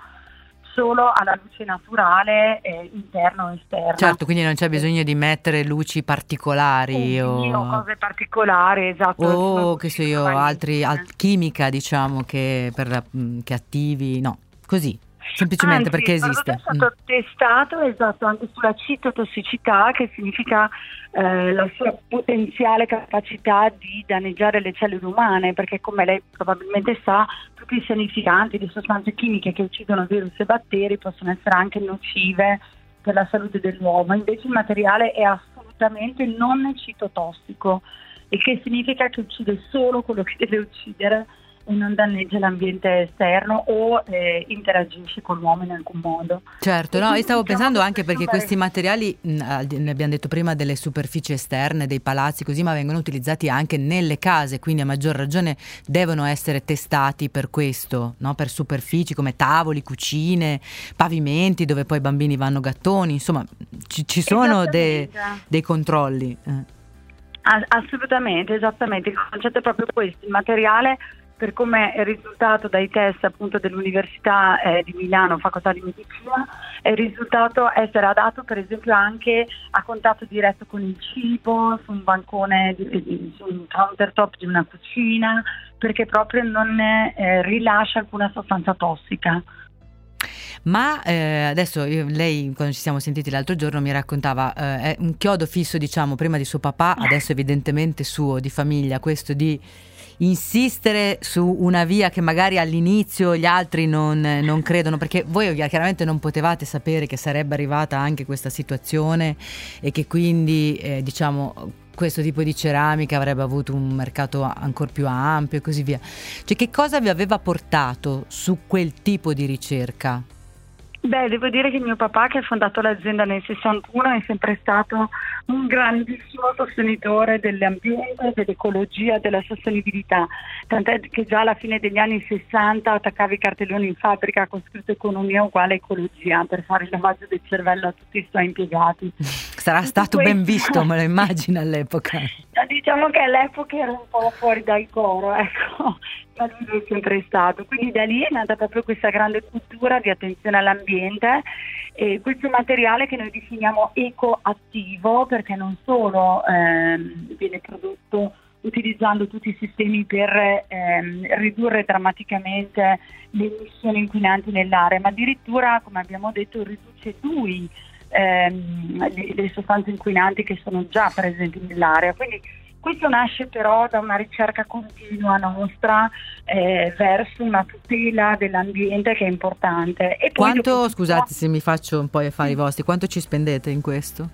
Solo alla luce naturale, eh, interna o esterna. Certo, quindi non c'è bisogno di mettere luci particolari o, o cose particolari, esatto. o che so io, altri al- chimica, diciamo, che per mh, che attivi, no, così. Semplicemente Anzi, perché il prodotto esiste. è stato Mm. testato, esatto, anche sulla citotossicità, che significa eh, la sua potenziale capacità di danneggiare le cellule umane, perché come lei probabilmente sa, tutti i sanificanti di sostanze chimiche che uccidono virus e batteri possono essere anche nocive per la salute dell'uomo. Invece il materiale è assolutamente non citotossico, il che significa che uccide solo quello che deve uccidere e non danneggia l'ambiente esterno o eh, interagisce con l'uomo in alcun modo. Certo, no, io stavo Diciamo pensando che anche perché questo questi materiali, mh, ne abbiamo detto prima, delle superfici esterne, dei palazzi così, ma vengono utilizzati anche nelle case, quindi a maggior ragione devono essere testati per questo, no? Per superfici come tavoli, cucine, pavimenti dove poi i bambini vanno gattoni, insomma ci, ci sono de- dei controlli. Eh. Ah, assolutamente, esattamente, il concetto è proprio questo, il materiale, per come è risultato dai test appunto dell'Università eh, di Milano, Facoltà di Medicina, è risultato essere adatto per esempio anche a contatto diretto con il cibo, su un bancone, di, di, su un countertop di una cucina, perché proprio non eh, rilascia alcuna sostanza tossica. Ma eh, adesso io, lei quando ci siamo sentiti l'altro giorno mi raccontava eh, è un chiodo fisso, diciamo, prima di suo papà, adesso evidentemente suo, di famiglia, questo di insistere su una via che magari all'inizio gli altri non, non credono, perché voi chiaramente non potevate sapere che sarebbe arrivata anche questa situazione e che quindi eh, diciamo questo tipo di ceramica avrebbe avuto un mercato ancora più ampio e così via. Cioè, che cosa vi aveva portato su quel tipo di ricerca? Beh, devo dire che mio papà, che ha fondato l'azienda nel sessantuno, è sempre stato un grandissimo sostenitore dell'ambiente, dell'ecologia, della sostenibilità, tant'è che già alla fine degli anni sessanta attaccava i cartelloni in fabbrica con scritto economia uguale ecologia per fare il lavaggio del cervello a tutti i suoi impiegati. Sarà Tutto stato questo... ben visto, me lo immagino all'epoca. Diciamo che all'epoca era un po' fuori dal coro, ecco, ma lui è sempre stato. Quindi da lì è nata proprio questa grande cultura di attenzione all'ambiente e questo materiale che noi definiamo ecoattivo, perché non solo ehm, viene prodotto utilizzando tutti i sistemi per ehm, ridurre drammaticamente le emissioni inquinanti nell'aria, ma addirittura, come abbiamo detto, riduce lui ehm, le, le sostanze inquinanti che sono già presenti nell'aria. Quindi Questo nasce però da una ricerca continua nostra eh, verso una tutela dell'ambiente che è importante. E poi Quanto, dopo- scusate se mi faccio un po' gli affari vostri, quanto ci spendete in questo?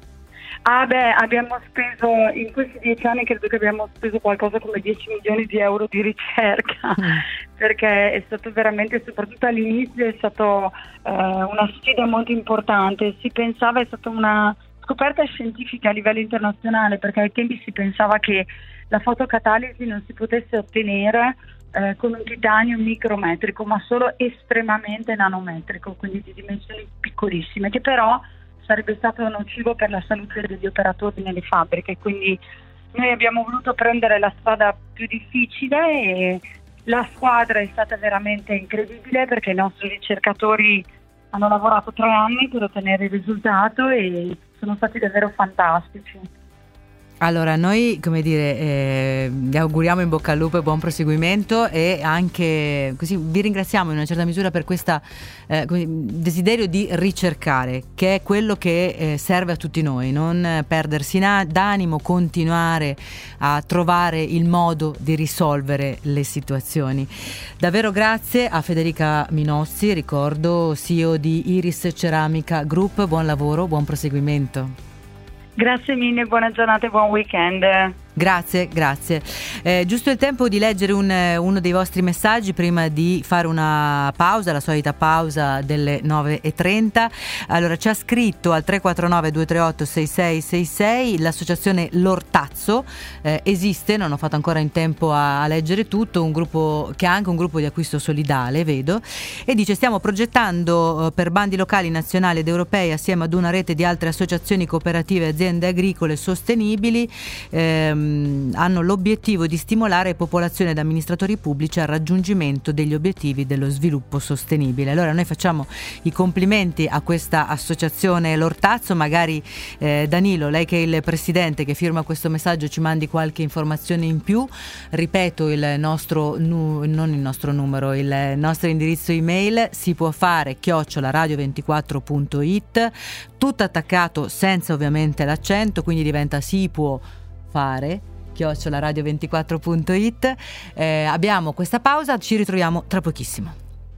Ah beh, abbiamo speso, in questi dieci anni credo che abbiamo speso qualcosa come dieci milioni di euro di ricerca, perché è stato veramente, soprattutto all'inizio, è stato eh, una sfida molto importante. Si pensava, è stata una scoperta scientifica a livello internazionale, perché ai tempi si pensava che la fotocatalisi non si potesse ottenere eh, con un titanio micrometrico, ma solo estremamente nanometrico, quindi di dimensioni piccolissime, che però sarebbe stato nocivo per la salute degli operatori nelle fabbriche. Quindi noi abbiamo voluto prendere la strada più difficile e la squadra è stata veramente incredibile, perché i nostri ricercatori hanno lavorato tre anni per ottenere il risultato e sono stati davvero fantastici. Allora, noi, come dire, eh, vi auguriamo in bocca al lupo e buon proseguimento, e anche così vi ringraziamo in una certa misura per questo eh, desiderio di ricercare, che è quello che eh, serve a tutti noi, non perdersi na- d'animo, continuare a trovare il modo di risolvere le situazioni. Davvero grazie a Federica Minozzi, ricordo C E O di Iris Ceramica Group, buon lavoro, buon proseguimento. Grazie mille, buona giornata e buon weekend. Grazie, grazie. Eh, giusto il tempo di leggere un, uno dei vostri messaggi prima di fare una pausa, la solita pausa delle nove e trenta. Allora, ci ha scritto al tre quattro nove due tre otto sei sei sei sei l'associazione L'Ortazzo, eh, esiste, non ho fatto ancora in tempo a, a leggere tutto, un gruppo che ha anche un gruppo di acquisto solidale, vedo, e dice: stiamo progettando eh, per bandi locali, nazionali ed europei, assieme ad una rete di altre associazioni cooperative e aziende agricole sostenibili, ehm, hanno l'obiettivo di stimolare popolazione ed amministratori pubblici al raggiungimento degli obiettivi dello sviluppo sostenibile. Allora noi facciamo i complimenti a questa associazione L'Ortazzo, magari eh, Danilo, lei che è il presidente che firma questo messaggio, ci mandi qualche informazione in più. Ripeto il nostro nu- non il nostro numero, il nostro indirizzo email: si può fare chiocciola radio ventiquattro punto it, tutto attaccato senza ovviamente l'accento, quindi diventa si può fare chiocciola radio ventiquattro punto it. Eh, abbiamo questa pausa, ci ritroviamo tra pochissimo.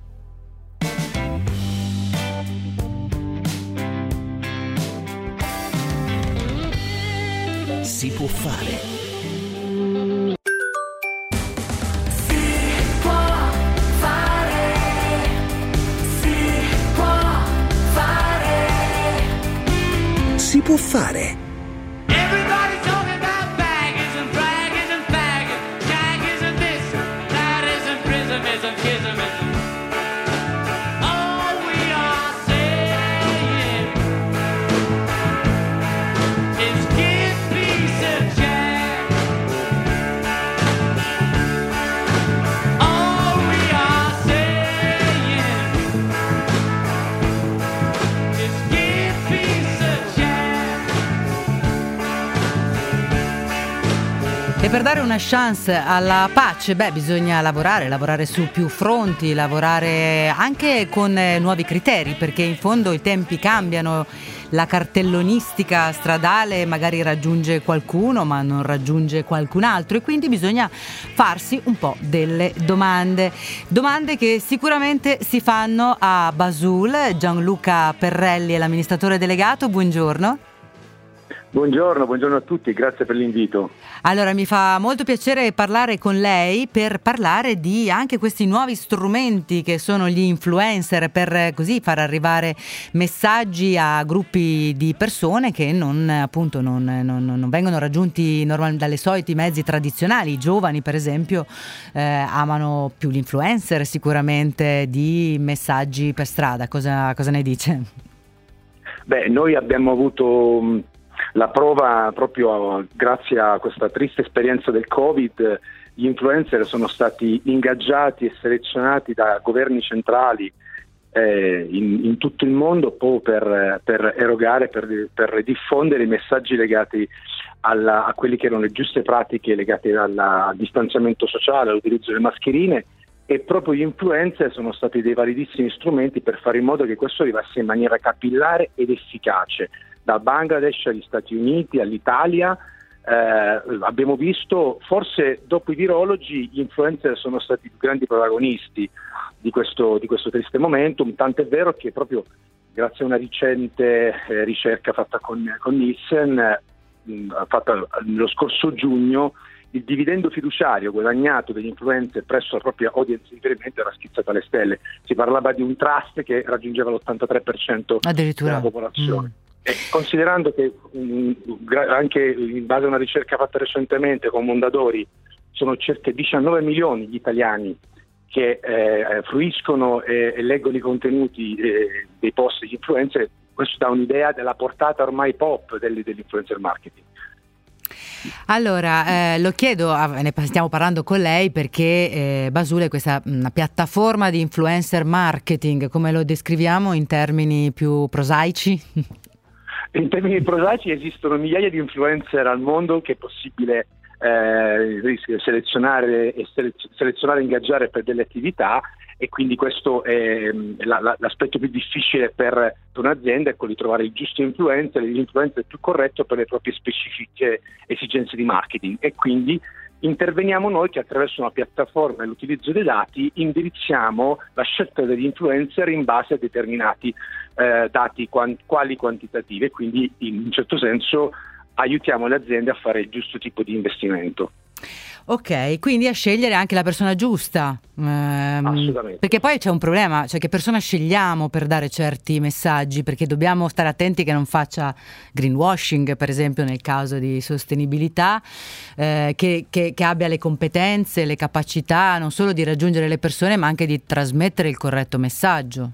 Si può fare. Si può fare, si può fare, Si può fare. everybody's talking about baggage and bragging and baggage, jaggers and this, that isn't prismism, kismism. All we are saying is give peace a chance. All we are saying is give peace a chance. E per dare una chance alla pace, beh, bisogna lavorare, lavorare su più fronti, lavorare anche con eh, nuovi criteri, perché in fondo i tempi cambiano, la cartellonistica stradale magari raggiunge qualcuno ma non raggiunge qualcun altro, e quindi bisogna farsi un po' delle domande. Domande che sicuramente si fanno a Basul. Gianluca Perrelli è l'amministratore delegato, buongiorno. Buongiorno, buongiorno a tutti, grazie per l'invito. Allora, mi fa molto piacere parlare con lei per parlare di anche questi nuovi strumenti che sono gli influencer, per eh, così far arrivare messaggi a gruppi di persone che non, appunto, non, non, non vengono raggiunti normal, dalle soliti mezzi tradizionali. I giovani, per esempio, eh, amano più gli influencer sicuramente di messaggi per strada. Cosa, cosa ne dice? Beh, noi abbiamo avuto mh, la prova proprio grazie a questa triste esperienza del Covid. Gli influencer sono stati ingaggiati e selezionati da governi centrali eh, in, in tutto il mondo proprio per, per erogare, per, per diffondere i messaggi legati alla, a quelli che erano le giuste pratiche legate al, al distanziamento sociale, all'utilizzo delle mascherine, e proprio gli influencer sono stati dei validissimi strumenti per fare in modo che questo arrivasse in maniera capillare ed efficace, dal Bangladesh agli Stati Uniti, all'Italia, eh, abbiamo visto, forse dopo i virologi, gli influencer sono stati i più grandi protagonisti di questo, di questo triste momentum, tant'è vero che proprio grazie a una recente eh, ricerca fatta con, con Nielsen, mh, fatta lo scorso giugno, il dividendo fiduciario guadagnato dagli influencer presso la propria audience di riferimento era schizzato alle stelle. Si parlava di un trust che raggiungeva l'ottantatré per cento della popolazione. Mm. E considerando che mh, anche in base a una ricerca fatta recentemente con Mondadori sono circa diciannove milioni gli italiani che eh, fruiscono e, e leggono i contenuti eh, dei post degli influencer, questo dà un'idea della portata ormai pop degli, dell'influencer marketing. Allora, eh, lo chiedo, ne stiamo parlando con lei perché eh, Basule è questa una piattaforma di influencer marketing, come lo descriviamo in termini più prosaici? In termini prosaici esistono migliaia di influencer al mondo che è possibile eh, selezionare e selezionare e ingaggiare per delle attività, e quindi questo è la, la, l'aspetto più difficile per, per un'azienda, è quello di trovare il giusto influencer, l'influencer più corretto per le proprie specifiche esigenze di marketing, e quindi interveniamo noi che attraverso una piattaforma e l'utilizzo dei dati indirizziamo la scelta degli influencer in base a determinati eh, dati quant- quali quantitativi, e quindi in un certo senso aiutiamo le aziende a fare il giusto tipo di investimento. Ok, quindi a scegliere anche la persona giusta. Ehm, Assolutamente. Perché poi c'è un problema, cioè che persona scegliamo per dare certi messaggi, perché dobbiamo stare attenti che non faccia greenwashing, per esempio nel caso di sostenibilità, eh, che, che, che abbia le competenze, le capacità non solo di raggiungere le persone ma anche di trasmettere il corretto messaggio.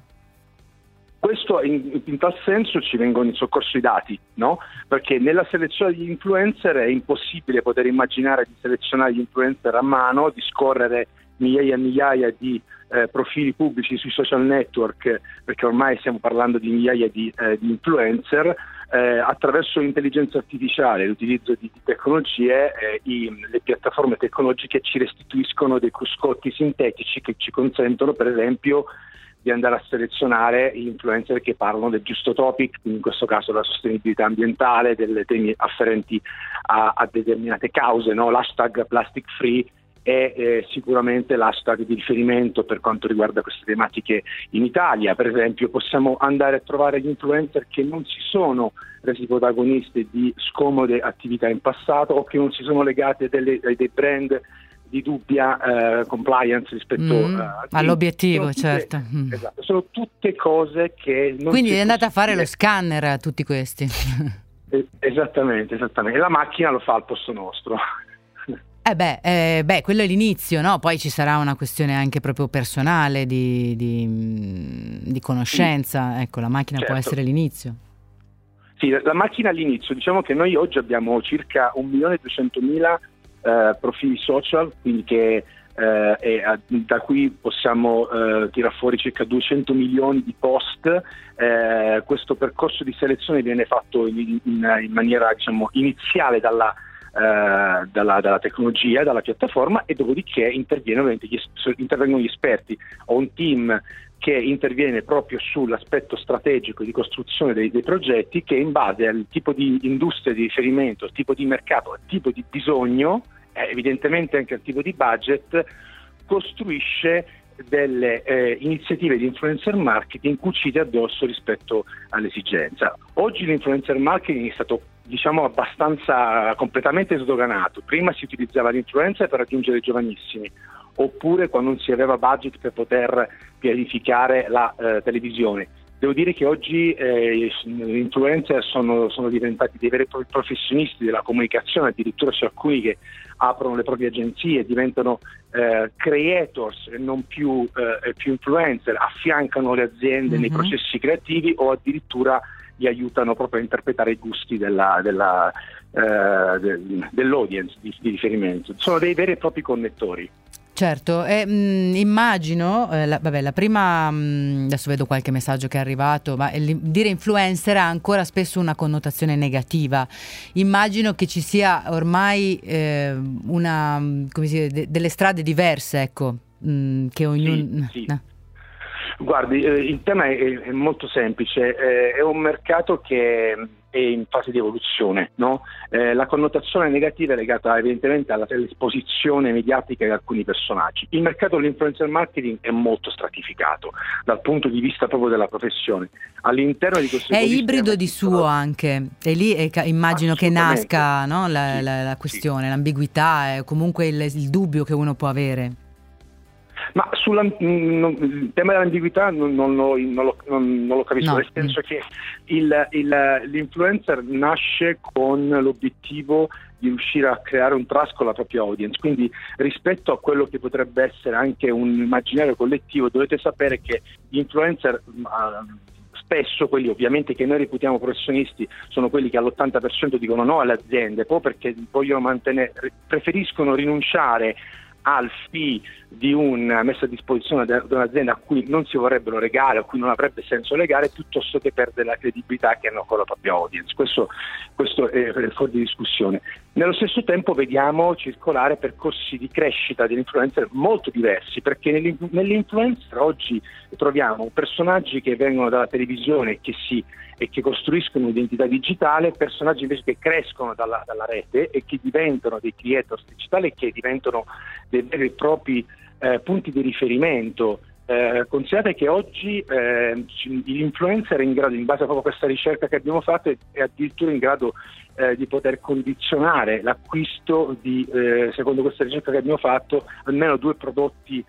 Questo in, in tal senso ci vengono in soccorso i dati, no? Perché nella selezione degli influencer è impossibile poter immaginare di selezionare gli influencer a mano, di scorrere migliaia e migliaia di eh, profili pubblici sui social network, perché ormai stiamo parlando di migliaia di, eh, di influencer, eh, attraverso l'intelligenza artificiale, l'utilizzo di, di tecnologie, eh, i, le piattaforme tecnologiche ci restituiscono dei cruscotti sintetici che ci consentono, per esempio, di andare a selezionare gli influencer che parlano del giusto topic, quindi in questo caso la sostenibilità ambientale, delle temi afferenti a, a determinate cause, no? L'hashtag plastic free è eh, sicuramente l'hashtag di riferimento per quanto riguarda queste tematiche in Italia. Per esempio possiamo andare a trovare gli influencer che non si sono resi protagonisti di scomode attività in passato o che non si sono legati a, delle, a dei brand di dubbia eh, compliance rispetto mm, a, all'obiettivo, tutte, certo. Mm. Esatto, sono tutte cose che non quindi è andata a fare lo possibile. scanner a tutti questi. Eh, esattamente, esattamente. E la macchina lo fa al posto nostro. Eh beh, eh, beh, quello è l'inizio, no? Poi ci sarà una questione anche proprio personale di, di, di conoscenza. Sì. Ecco, la macchina certo. può essere l'inizio. Sì, la, la macchina all'inizio, diciamo che noi oggi abbiamo circa un milione e duecentomila Uh, profili social, quindi che uh, è, da cui possiamo uh, tirar fuori circa duecento milioni di post. Uh, questo percorso di selezione viene fatto in, in, in maniera diciamo iniziale dalla, uh, dalla, dalla tecnologia, dalla piattaforma, e dopodiché interviene, ovviamente gli, intervengono gli esperti. Ho un team che interviene proprio sull'aspetto strategico di costruzione dei, dei progetti, che in base al tipo di industria di riferimento, al tipo di mercato, al tipo di bisogno, eh, evidentemente anche al tipo di budget, costruisce delle eh, iniziative di influencer marketing cucite addosso rispetto all'esigenza. Oggi l'influencer marketing è stato diciamo abbastanza completamente sdoganato. Prima si utilizzava l'influencer per raggiungere i giovanissimi, oppure quando non si aveva budget per poter pianificare la eh, televisione. Devo dire che oggi eh, gli influencer sono, sono diventati dei veri e propri professionisti della comunicazione, addirittura c'è alcuni che aprono le proprie agenzie, diventano eh, creators e non più, eh, più influencer, affiancano le aziende mm-hmm. nei processi creativi o addirittura li aiutano proprio a interpretare i gusti della, della, eh, de, dell'audience di, di riferimento. Sono dei veri e propri connettori. Certo, e, mh, immagino, eh, la, vabbè, la prima, mh, adesso vedo qualche messaggio che è arrivato, ma il, dire influencer ha ancora spesso una connotazione negativa. Immagino che ci sia ormai eh, una, come si dice, de, delle strade diverse, ecco, mh, che ognuno... Sì, sì. No. Guardi, eh, il tema è, è molto semplice, eh, è un mercato che è in fase di evoluzione, no? Eh, la connotazione negativa è legata evidentemente alla- all'esposizione mediatica di alcuni personaggi. Il mercato dell'influencer marketing è molto stratificato dal punto di vista proprio della professione. All'interno di questo È ecosistema ibrido di esistono- suo anche, e lì è ca- immagino che Assolutamente. nasca, no, la, Sì, la- la sì. questione, l'ambiguità e comunque il, il dubbio che uno può avere. Ma sulla, mh, non- il tema dell'ambiguità non, non lo, non lo- non- non lo capisco, No. nel senso che il- il- l'influencer nasce con l'obiettivo di riuscire a creare un trust con la propria audience, quindi rispetto a quello che potrebbe essere anche un immaginario collettivo, dovete sapere che gli influencer mh, spesso, quelli ovviamente che noi reputiamo professionisti, sono quelli che all'ottanta per cento dicono no alle aziende, proprio perché vogliono mantenere, preferiscono rinunciare al fee di una messa a disposizione di un'azienda a cui non si vorrebbero legare, a cui non avrebbe senso legare, piuttosto che perdere la credibilità che hanno con la propria audience. Questo, questo è fuori di discussione. Nello stesso tempo vediamo circolare percorsi di crescita degli influencer molto diversi, perché negli, nell'influencer oggi troviamo personaggi che vengono dalla televisione e che si e che costruiscono un'identità digitale, personaggi invece che crescono dalla, dalla rete e che diventano dei creators digitali e che diventano dei veri e propri eh, punti di riferimento. Eh, considerate che oggi eh, l'influencer è in grado, in base a proprio questa ricerca che abbiamo fatto, è, è addirittura in grado eh, di poter condizionare l'acquisto di, eh, secondo questa ricerca che abbiamo fatto, almeno due prodotti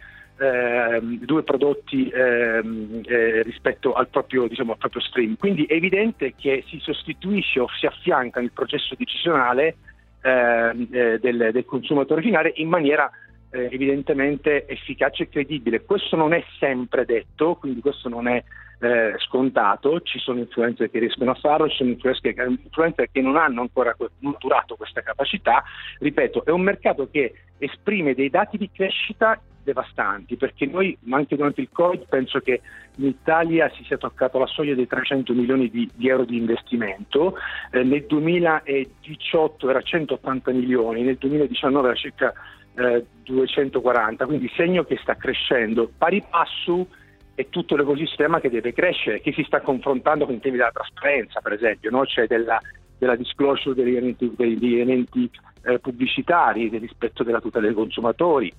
Eh, due prodotti eh, eh, rispetto al proprio, diciamo, al proprio stream. Quindi è evidente che si sostituisce o si affianca il processo decisionale eh, eh, del, del consumatore finale in maniera eh, evidentemente efficace e credibile. Questo non è sempre detto, quindi questo non è eh, scontato. Ci sono influencer che riescono a farlo, ci sono influencer che, influencer che non hanno ancora maturato questa capacità. Ripeto, è un mercato che esprime dei dati di crescita devastanti, perché noi, ma anche durante il Covid, penso che in Italia si sia toccato la soglia dei trecento milioni di, di euro di investimento, eh, nel duemiladiciotto era centottanta milioni, nel duemiladiciannove era circa eh, duecentoquaranta, quindi segno che sta crescendo. Pari passo è tutto l'ecosistema che deve crescere, che si sta confrontando con i temi della trasparenza, per esempio, no? Cioè della, della disclosure degli elementi, degli elementi eh, pubblicitari, del rispetto della tutela dei consumatori.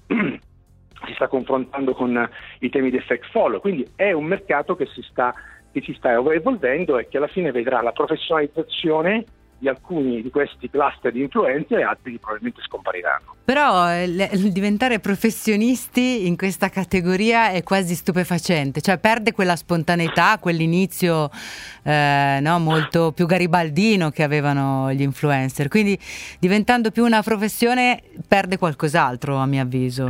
Si sta confrontando con i temi del fake follow, quindi è un mercato che si sta, che si sta evolvendo e che alla fine vedrà la professionalizzazione di alcuni di questi cluster di influenze e altri probabilmente scompariranno. Però eh, le- il diventare professionisti in questa categoria è quasi stupefacente, cioè perde quella spontaneità, quell'inizio eh, no, molto più garibaldino che avevano gli influencer, quindi diventando più una professione perde qualcos'altro, a mio avviso.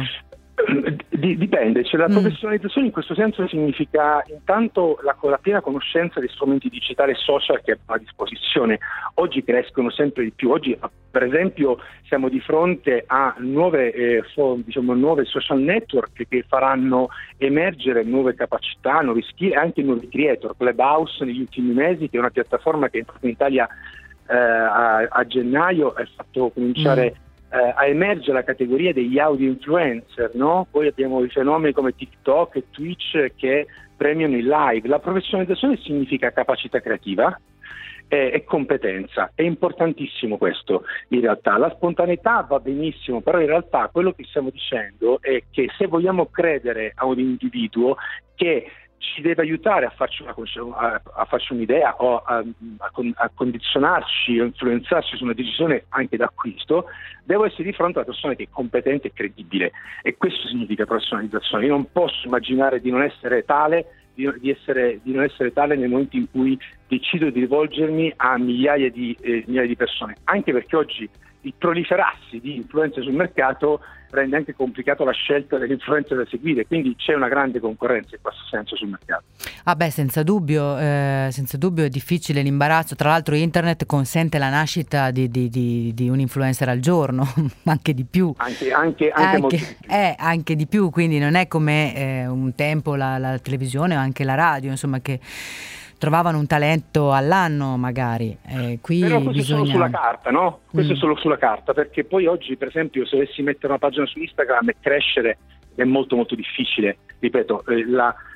Di- dipende, cioè la Mm. professionalizzazione in questo senso significa intanto la, la piena conoscenza dei strumenti digitali e social che abbiamo a disposizione. Oggi crescono sempre di più, oggi per esempio siamo di fronte a nuove, eh, fo- diciamo, nuove social network che faranno emergere nuove capacità, nuovi skill e anche nuovi creator. Clubhouse negli ultimi mesi, che è una piattaforma che è entrata in Italia eh, a, a gennaio, ha fatto cominciare Mm. Eh, a emergere la categoria degli audio influencer, no? Poi abbiamo i fenomeni come TikTok e Twitch che premiano il live. La professionalizzazione significa capacità creativa e, e competenza, è importantissimo questo in realtà. La spontaneità va benissimo, però in realtà quello che stiamo dicendo è che se vogliamo credere a un individuo che ci deve aiutare a farci, una, a, a farci un'idea o a, a, a condizionarci o influenzarci su una decisione anche d'acquisto, devo essere di fronte a una persona che è competente e credibile, e questo significa professionalizzazione. Io non posso immaginare di non essere tale di, di, essere, di non essere tale nel momento in cui decido di rivolgermi a migliaia di, eh, migliaia di persone, anche perché oggi il proliferarsi di influenze sul mercato rende anche complicato la scelta delle influenze da seguire, quindi c'è una grande concorrenza in questo senso sul mercato. Ah beh, senza dubbio, eh, senza dubbio è difficile l'imbarazzo. Tra l'altro internet consente la nascita di, di, di, di un influencer al giorno, anche di più. Anche, anche, anche, anche, molto di più. Eh, anche di più, quindi non è come eh, un tempo la, la televisione o anche la radio, insomma, che trovavano un talento all'anno magari. Eh, qui Però questo bisogna... è solo sulla carta, no? Questo Mm. è solo sulla carta, perché poi oggi, per esempio, se dovessi mettere una pagina su Instagram e crescere è molto molto difficile. Ripeto, eh, la,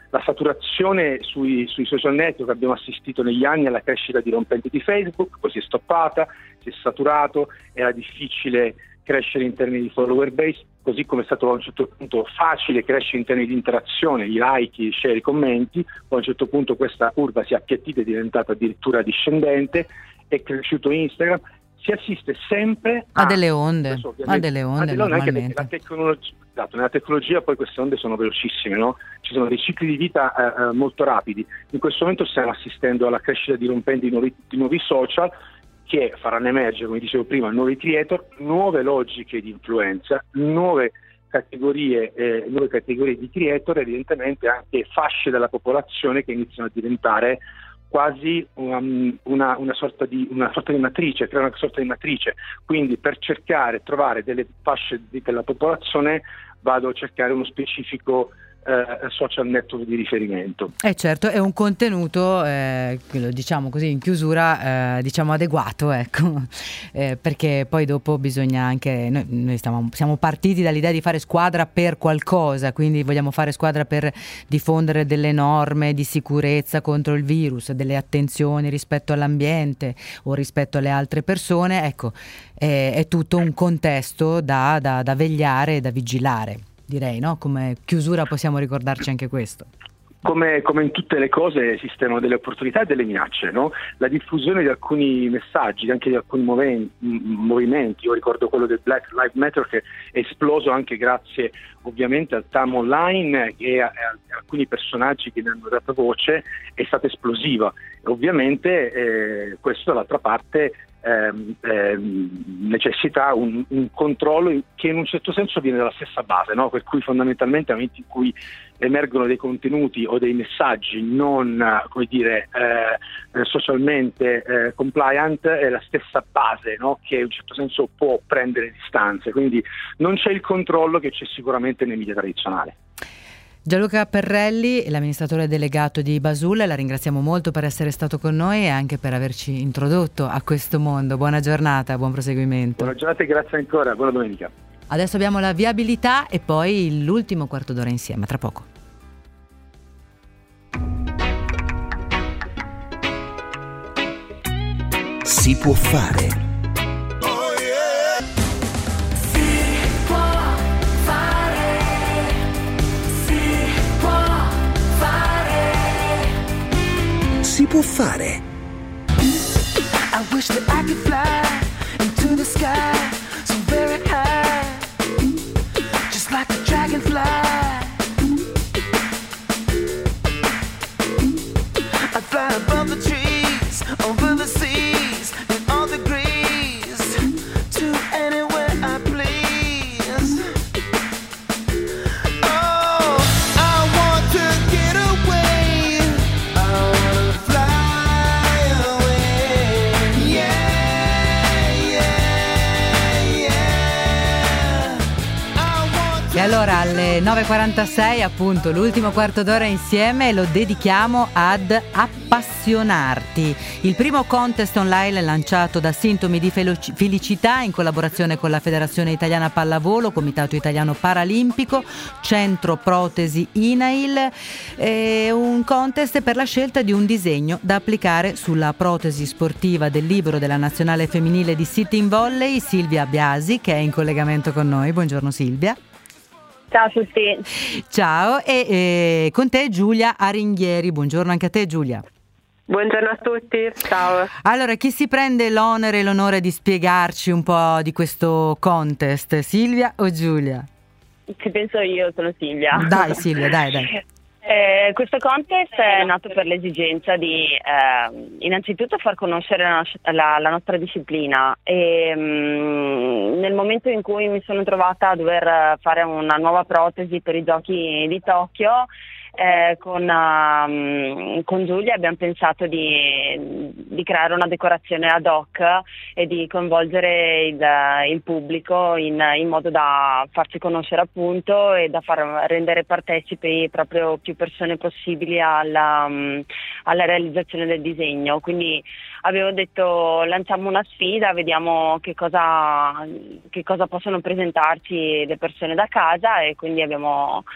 la saturazione sui, sui social network. Abbiamo assistito negli anni alla crescita dirompente di Facebook, poi si è stoppata, si è saturato, era difficile crescere in termini di follower base, così come è stato a un certo punto facile crescere in termini di interazione, i like, i share, i commenti, poi a un certo punto questa curva si è appiattita, è diventata addirittura discendente, è cresciuto Instagram. Si assiste sempre a, a delle onde, adesso, a delle onde, a delle onde anche perché normalmente. la tecnologia, esatto, nella tecnologia poi queste onde sono velocissime, no? Ci sono dei cicli di vita eh, eh, molto rapidi. In questo momento stiamo assistendo alla crescita dirompente di nuovi, di nuovi social che faranno emergere, come dicevo prima, nuovi creator, nuove logiche di influenza, nuove categorie, eh, nuove categorie di creator, evidentemente anche fasce della popolazione che iniziano a diventare quasi una, una, una, sorta di, una sorta di matrice, creare una sorta di matrice. Quindi per cercare, trovare delle fasce di, della popolazione vado a cercare uno specifico eh, social network di riferimento. Eh certo, è un contenuto, eh, lo diciamo così in chiusura, eh, diciamo adeguato, ecco, eh, perché poi dopo bisogna anche, noi, noi stiamo, siamo partiti dall'idea di fare squadra per qualcosa, quindi vogliamo fare squadra per diffondere delle norme di sicurezza contro il virus, delle attenzioni rispetto all'ambiente o rispetto alle altre persone, ecco, è, è tutto un contesto da, da, da vegliare e da vigilare. Direi, no? Come chiusura possiamo ricordarci anche questo. Come, come in tutte le cose esistono delle opportunità e delle minacce, no? La diffusione di alcuni messaggi, anche di alcuni moven- movimenti, io ricordo quello del Black Lives Matter che è esploso anche grazie ovviamente al T A M online e a, a, a alcuni personaggi che ne hanno dato voce, è stata esplosiva. Ovviamente eh, questo dall'altra parte ehm, ehm, necessita un, un controllo che in un certo senso viene dalla stessa base, no? Per cui fondamentalmente nel momento in cui emergono dei contenuti o dei messaggi non, come dire, eh, socialmente eh, compliant, è la stessa base, no? Che in un certo senso può prendere distanze, quindi non c'è il controllo che c'è sicuramente nei media tradizionali. Gianluca Perrelli, l'amministratore delegato di Basul, la ringraziamo molto per essere stato con noi e anche per averci introdotto a questo mondo. Buona giornata, buon proseguimento. Buona giornata e grazie ancora, buona domenica. Adesso abbiamo la viabilità e poi l'ultimo quarto d'ora insieme, tra poco. Si può fare. Si può fare. I wish that I could fly into the sky so very high, just like a dragonfly. I'd fly above the trees, over the seas, in all degrees, to anywhere I please. Oh, I want to get away. I wanna fly away. Yeah, yeah, yeah. I want to. E allora alle nove e quarantasei appunto l'ultimo quarto d'ora insieme lo dedichiamo ad Appassionarti, il primo contest online lanciato da Sintomi di Felici- Felicità in collaborazione con la Federazione Italiana Pallavolo, Comitato Italiano Paralimpico, Centro Protesi I N A I L, è un contest per la scelta di un disegno da applicare sulla protesi sportiva del libero della nazionale femminile di sitting volley, Silvia Biasi, che è in collegamento con noi. Buongiorno Silvia. Ciao a tutti. Ciao, e eh, con te Giulia Aringhieri. Buongiorno anche a te Giulia. Buongiorno a tutti, ciao. Allora, chi si prende l'onere e l'onore di spiegarci un po' di questo contest, Silvia o Giulia? Ci penso io, sono Silvia. Dai Silvia, dai, dai. Eh, questo contest è nato per l'esigenza di eh, innanzitutto far conoscere la, la, la nostra disciplina e mh, nel momento in cui mi sono trovata a dover fare una nuova protesi per i giochi di Tokyo, Eh, con, uh, con Giulia abbiamo pensato di, di creare una decorazione ad hoc e di coinvolgere il, il pubblico in, in modo da farci conoscere appunto e da far rendere partecipi proprio più persone possibili alla, um, alla realizzazione del disegno. Quindi avevo detto lanciamo una sfida, vediamo che cosa, che cosa possono presentarci le persone da casa e quindi abbiamo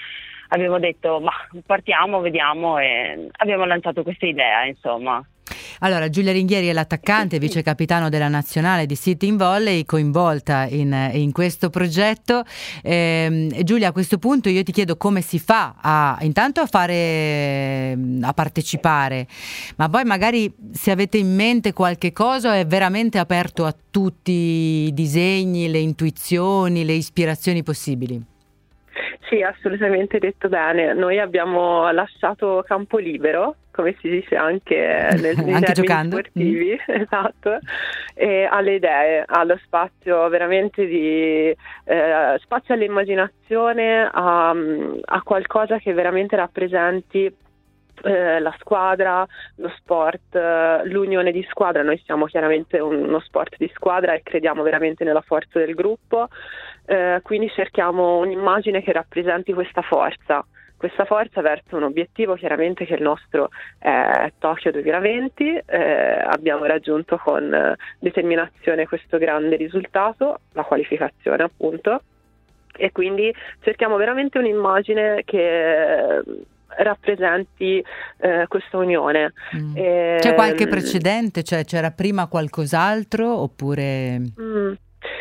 abbiamo detto ma partiamo, vediamo, e abbiamo lanciato questa idea, insomma. Allora, Giulia Ringhieri è l'attaccante, vice capitano della nazionale di sitting volley, coinvolta in, in questo progetto. Eh, Giulia, a questo punto io ti chiedo come si fa a intanto a fare, a partecipare, ma poi magari se avete in mente qualche cosa, è veramente aperto a tutti i disegni, le intuizioni, le ispirazioni possibili. Sì, assolutamente detto bene. Noi abbiamo lasciato campo libero, come si dice anche nel, nei anche termini giocando sportivi, mm. esatto, e alle idee, allo spazio veramente di eh, spazio all'immaginazione, a, a qualcosa che veramente rappresenti Eh, la squadra, lo sport, eh, l'unione di squadra. Noi siamo chiaramente un, uno sport di squadra e crediamo veramente nella forza del gruppo, eh, quindi cerchiamo un'immagine che rappresenti questa forza, questa forza verso un obiettivo chiaramente che il nostro è Tokyo duemilaventi. Eh, abbiamo raggiunto con eh, determinazione questo grande risultato, la qualificazione appunto, e quindi cerchiamo veramente un'immagine che rappresenti eh, questa unione. Mm. E, C'è qualche precedente? Cioè c'era prima qualcos'altro oppure... Mm.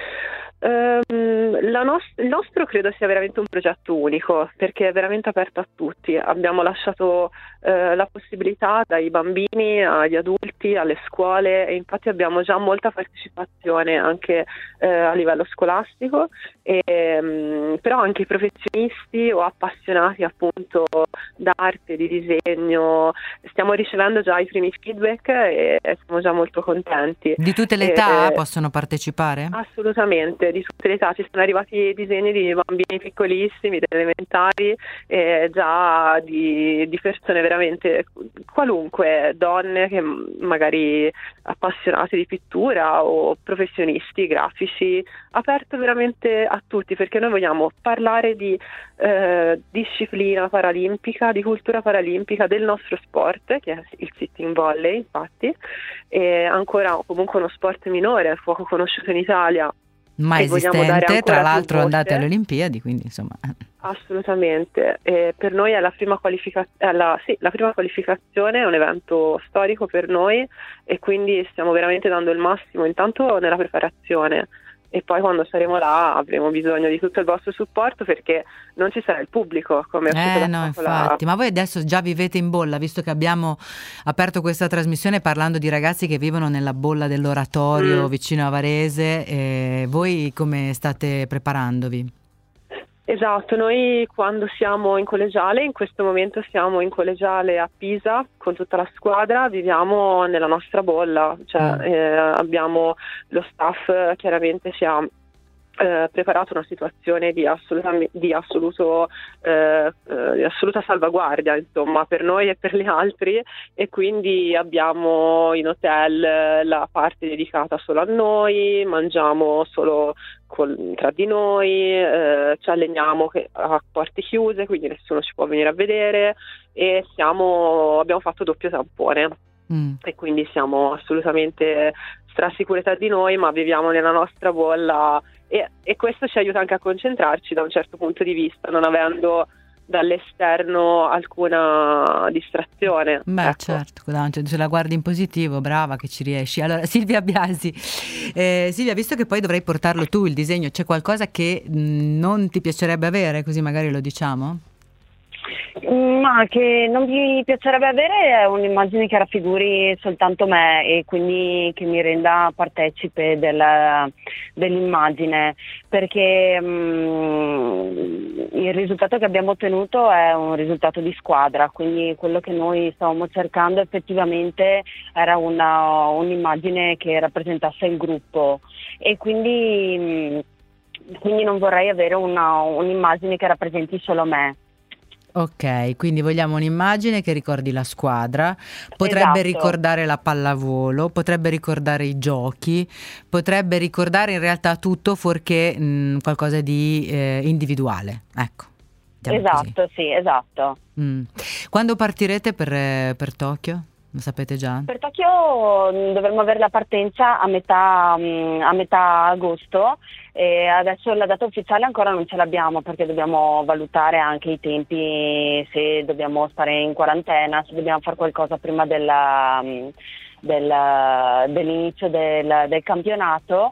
Um, la nos- il nostro credo sia veramente un progetto unico, perché è veramente aperto a tutti. Abbiamo lasciato uh, la possibilità dai bambini agli adulti, alle scuole, e infatti abbiamo già molta partecipazione anche uh, a livello scolastico, e, um, però anche i professionisti o appassionati appunto d'arte, di disegno. Stiamo ricevendo già i primi feedback e siamo già molto contenti. Di tutte le età e, possono partecipare? Assolutamente, di tutte le età. Ci sono arrivati disegni di bambini piccolissimi, delle elementari, e già di, di persone veramente qualunque, donne che magari appassionate di pittura o professionisti grafici, aperto veramente a tutti, perché noi vogliamo parlare di eh, disciplina paralimpica, di cultura paralimpica del nostro sport, che è il sitting volley, infatti, e ancora comunque uno sport minore, poco conosciuto in Italia, ma esistente, tra l'altro andate alle Olimpiadi, quindi insomma. Assolutamente, e per noi è la prima qualificazione, sì, la prima qualificazione, è un evento storico per noi, e quindi stiamo veramente dando il massimo intanto nella preparazione, e poi quando saremo là avremo bisogno di tutto il vostro supporto, perché non ci sarà il pubblico, come eh no infatti. Ma voi adesso già vivete in bolla, visto che abbiamo aperto questa trasmissione parlando di ragazzi che vivono nella bolla dell'oratorio mm. vicino a Varese, e voi come state preparandovi? Esatto, noi quando siamo in collegiale, in questo momento siamo in collegiale a Pisa con tutta la squadra, viviamo nella nostra bolla, cioè mm. eh, abbiamo lo staff, chiaramente si ha eh, preparato una situazione di, di, assoluto, eh, eh, di assoluta salvaguardia, insomma, per noi e per gli altri, e quindi abbiamo in hotel la parte dedicata solo a noi, mangiamo solo Con, tra di noi, eh, ci alleniamo che, a porte chiuse, quindi nessuno ci può venire a vedere, e siamo, abbiamo fatto doppio tampone mm. e quindi siamo assolutamente strasicuri tra di noi, ma viviamo nella nostra bolla, e, e questo ci aiuta anche a concentrarci da un certo punto di vista, non avendo dall'esterno alcuna distrazione. Beh, ecco. Certo, se la guardi in positivo, brava che ci riesci. Allora, Silvia Biasi, eh, Silvia, visto che poi dovrai portarlo tu il disegno, c'è qualcosa che mh, non ti piacerebbe avere, così magari lo diciamo? Ma che non mi piacerebbe avere è un'immagine che raffiguri soltanto me, e quindi che mi renda partecipe della, dell'immagine, perché mh, il risultato che abbiamo ottenuto è un risultato di squadra, quindi quello che noi stavamo cercando effettivamente era una, un'immagine che rappresentasse il gruppo, e quindi, mh, quindi non vorrei avere una, un'immagine che rappresenti solo me. Ok, quindi vogliamo un'immagine che ricordi la squadra, potrebbe esatto. ricordare la pallavolo, potrebbe ricordare i giochi, potrebbe ricordare in realtà tutto fuorché mh, qualcosa di eh, individuale, ecco. Esatto, così. Sì, esatto. Mm. Quando partirete per, per Tokyo? Lo sapete già? Per Tokyo dovremmo avere la partenza a metà, a metà agosto, E adesso la data ufficiale ancora non ce l'abbiamo perché dobbiamo valutare anche i tempi, se dobbiamo stare in quarantena, se dobbiamo fare qualcosa prima della, del, dell'inizio del, del campionato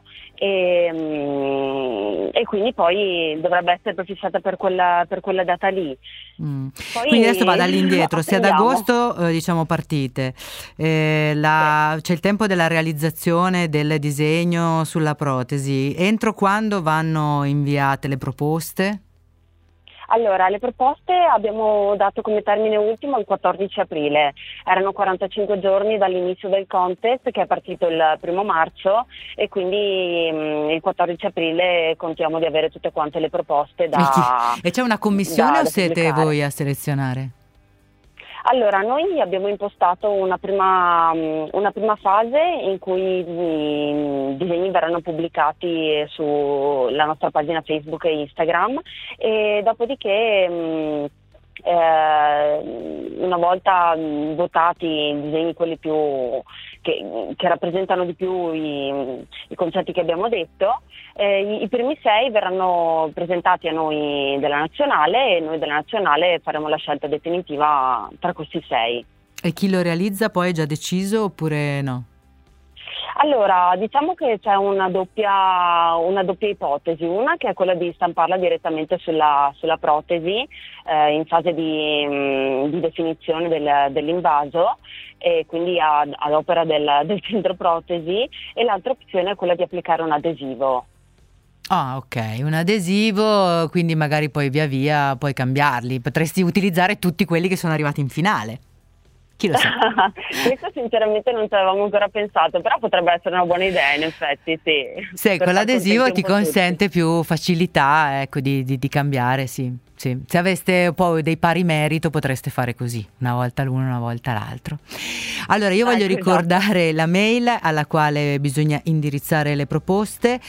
e, e quindi poi dovrebbe essere prefissata per quella, per quella data lì. Mm. Poi, Quindi adesso vado all'indietro, se ad attendiamo. agosto eh, diciamo partite, eh, la- c'è il tempo della realizzazione del disegno sulla protesi, entro quando vanno inviate le proposte? Allora, le proposte abbiamo dato come termine ultimo il quattordici aprile, erano quarantacinque giorni dall'inizio del contest che è partito il primo marzo e quindi mh, il quattordici aprile contiamo di avere tutte quante le proposte da E c'è una commissione da- o da siete pubblicare. voi a selezionare? Allora, noi abbiamo impostato una prima, mh, una prima fase in cui i disegni verranno pubblicati sulla nostra pagina Facebook e Instagram e dopodiché mh, eh, una volta mh, votati i disegni quelli più che, che rappresentano di più i, i concetti che abbiamo detto, eh, i, i primi sei verranno presentati a noi della nazionale e noi della nazionale faremo la scelta definitiva tra questi sei. E chi lo realizza poi è già deciso oppure no? Allora, diciamo che c'è una doppia, una doppia ipotesi, una che è quella di stamparla direttamente sulla, sulla protesi eh, in fase di, mh, di definizione del, dell'invaso e quindi ad, ad opera del, del centro protesi, e l'altra opzione è quella di applicare un adesivo. Ah, ok, un adesivo, quindi magari poi via via puoi cambiarli, potresti utilizzare tutti quelli che sono arrivati in finale. Chi lo sa? Questo sinceramente non ci avevamo ancora pensato, però potrebbe essere una buona idea in effetti, sì. Sì, Per con far l'adesivo contenti ti un po' consente più facilità, ecco, di, di- di cambiare, sì, sì. Se aveste poi dei pari merito potreste fare così, una volta l'uno, una volta l'altro. Allora, io voglio Ecco, ricordare la mail alla quale bisogna indirizzare le proposte: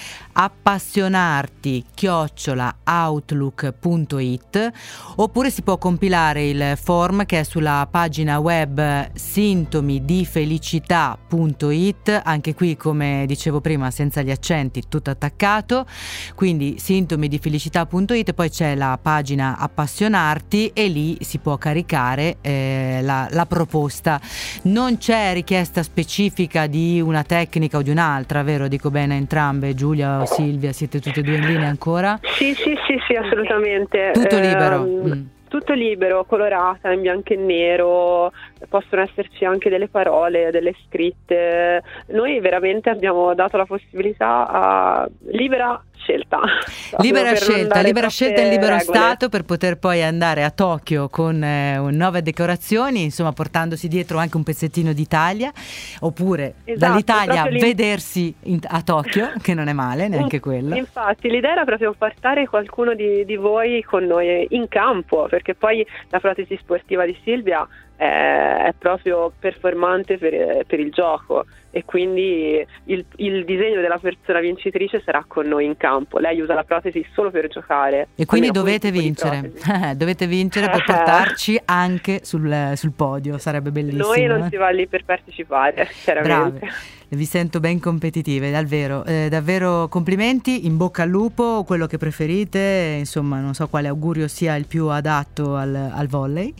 appassionarti chiocciola outlook punto it, oppure si può compilare il form che è sulla pagina web sintomi di felicità punto it, anche qui come dicevo prima senza gli accenti, tutto attaccato, quindi sintomi di felicità punto it, poi c'è la pagina appassionarti e lì si può caricare eh, la, la proposta. Non c'è richiesta specifica di una tecnica o di un'altra, vero? Dico bene entrambe, Giulia o Silvia, siete tutte e due in linea ancora? Sì, sì, sì, sì, assolutamente. Tutto libero. Ehm, Mm. Tutto libero, colorata, in bianco e nero, possono esserci anche delle parole, delle scritte. Noi veramente abbiamo dato la possibilità a libera scelta. Libera Per non scelta, dare libera troppe scelta in libero regole. stato per poter poi andare a Tokyo con eh, un- nuove decorazioni, insomma portandosi dietro anche un pezzettino d'Italia, oppure Esatto, dall'Italia proprio lì- vedersi in- a Tokyo, che non è male neanche quello. Infatti l'idea era proprio portare qualcuno di, di voi con noi in campo, perché poi la protesi sportiva di Silvia è, è proprio performante per, per il gioco e quindi il, il disegno della persona vincitrice sarà con noi in campo. Lei usa la protesi solo per giocare. E quindi almeno dovete quel tipo di vincere, protesi. dovete vincere per portarci anche sul, sul podio, sarebbe bellissimo. Noi non eh. si va lì per partecipare, chiaramente. Brave, vi sento ben competitive, davvero, eh, davvero complimenti, in bocca al lupo, quello che preferite, insomma non so quale augurio sia il più adatto al, al volley.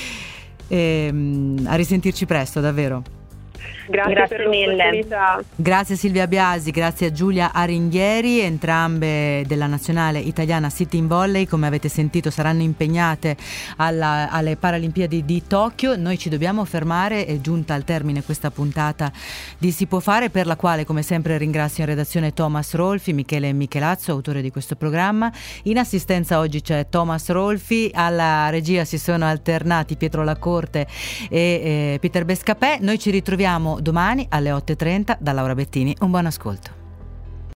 E, mm, a risentirci presto, davvero. Grazie, Grazie per mille. l'opportunità. Grazie a Silvia Biasi, grazie a Giulia Aringhieri, entrambe della nazionale italiana Sitting Volley. Come avete sentito saranno impegnate alla- alle Paralimpiadi di Tokyo. Noi ci dobbiamo fermare, è giunta al termine questa puntata di Si può fare, per la quale come sempre ringrazio in redazione Thomas Rolfi, Michele Michelazzo, autore di questo programma. In assistenza oggi c'è Thomas Rolfi, alla regia si sono alternati Pietro Lacorte e eh, Peter Bescapè. Noi ci ritroviamo domani alle otto e trenta da Laura Bettini. Un buon ascolto.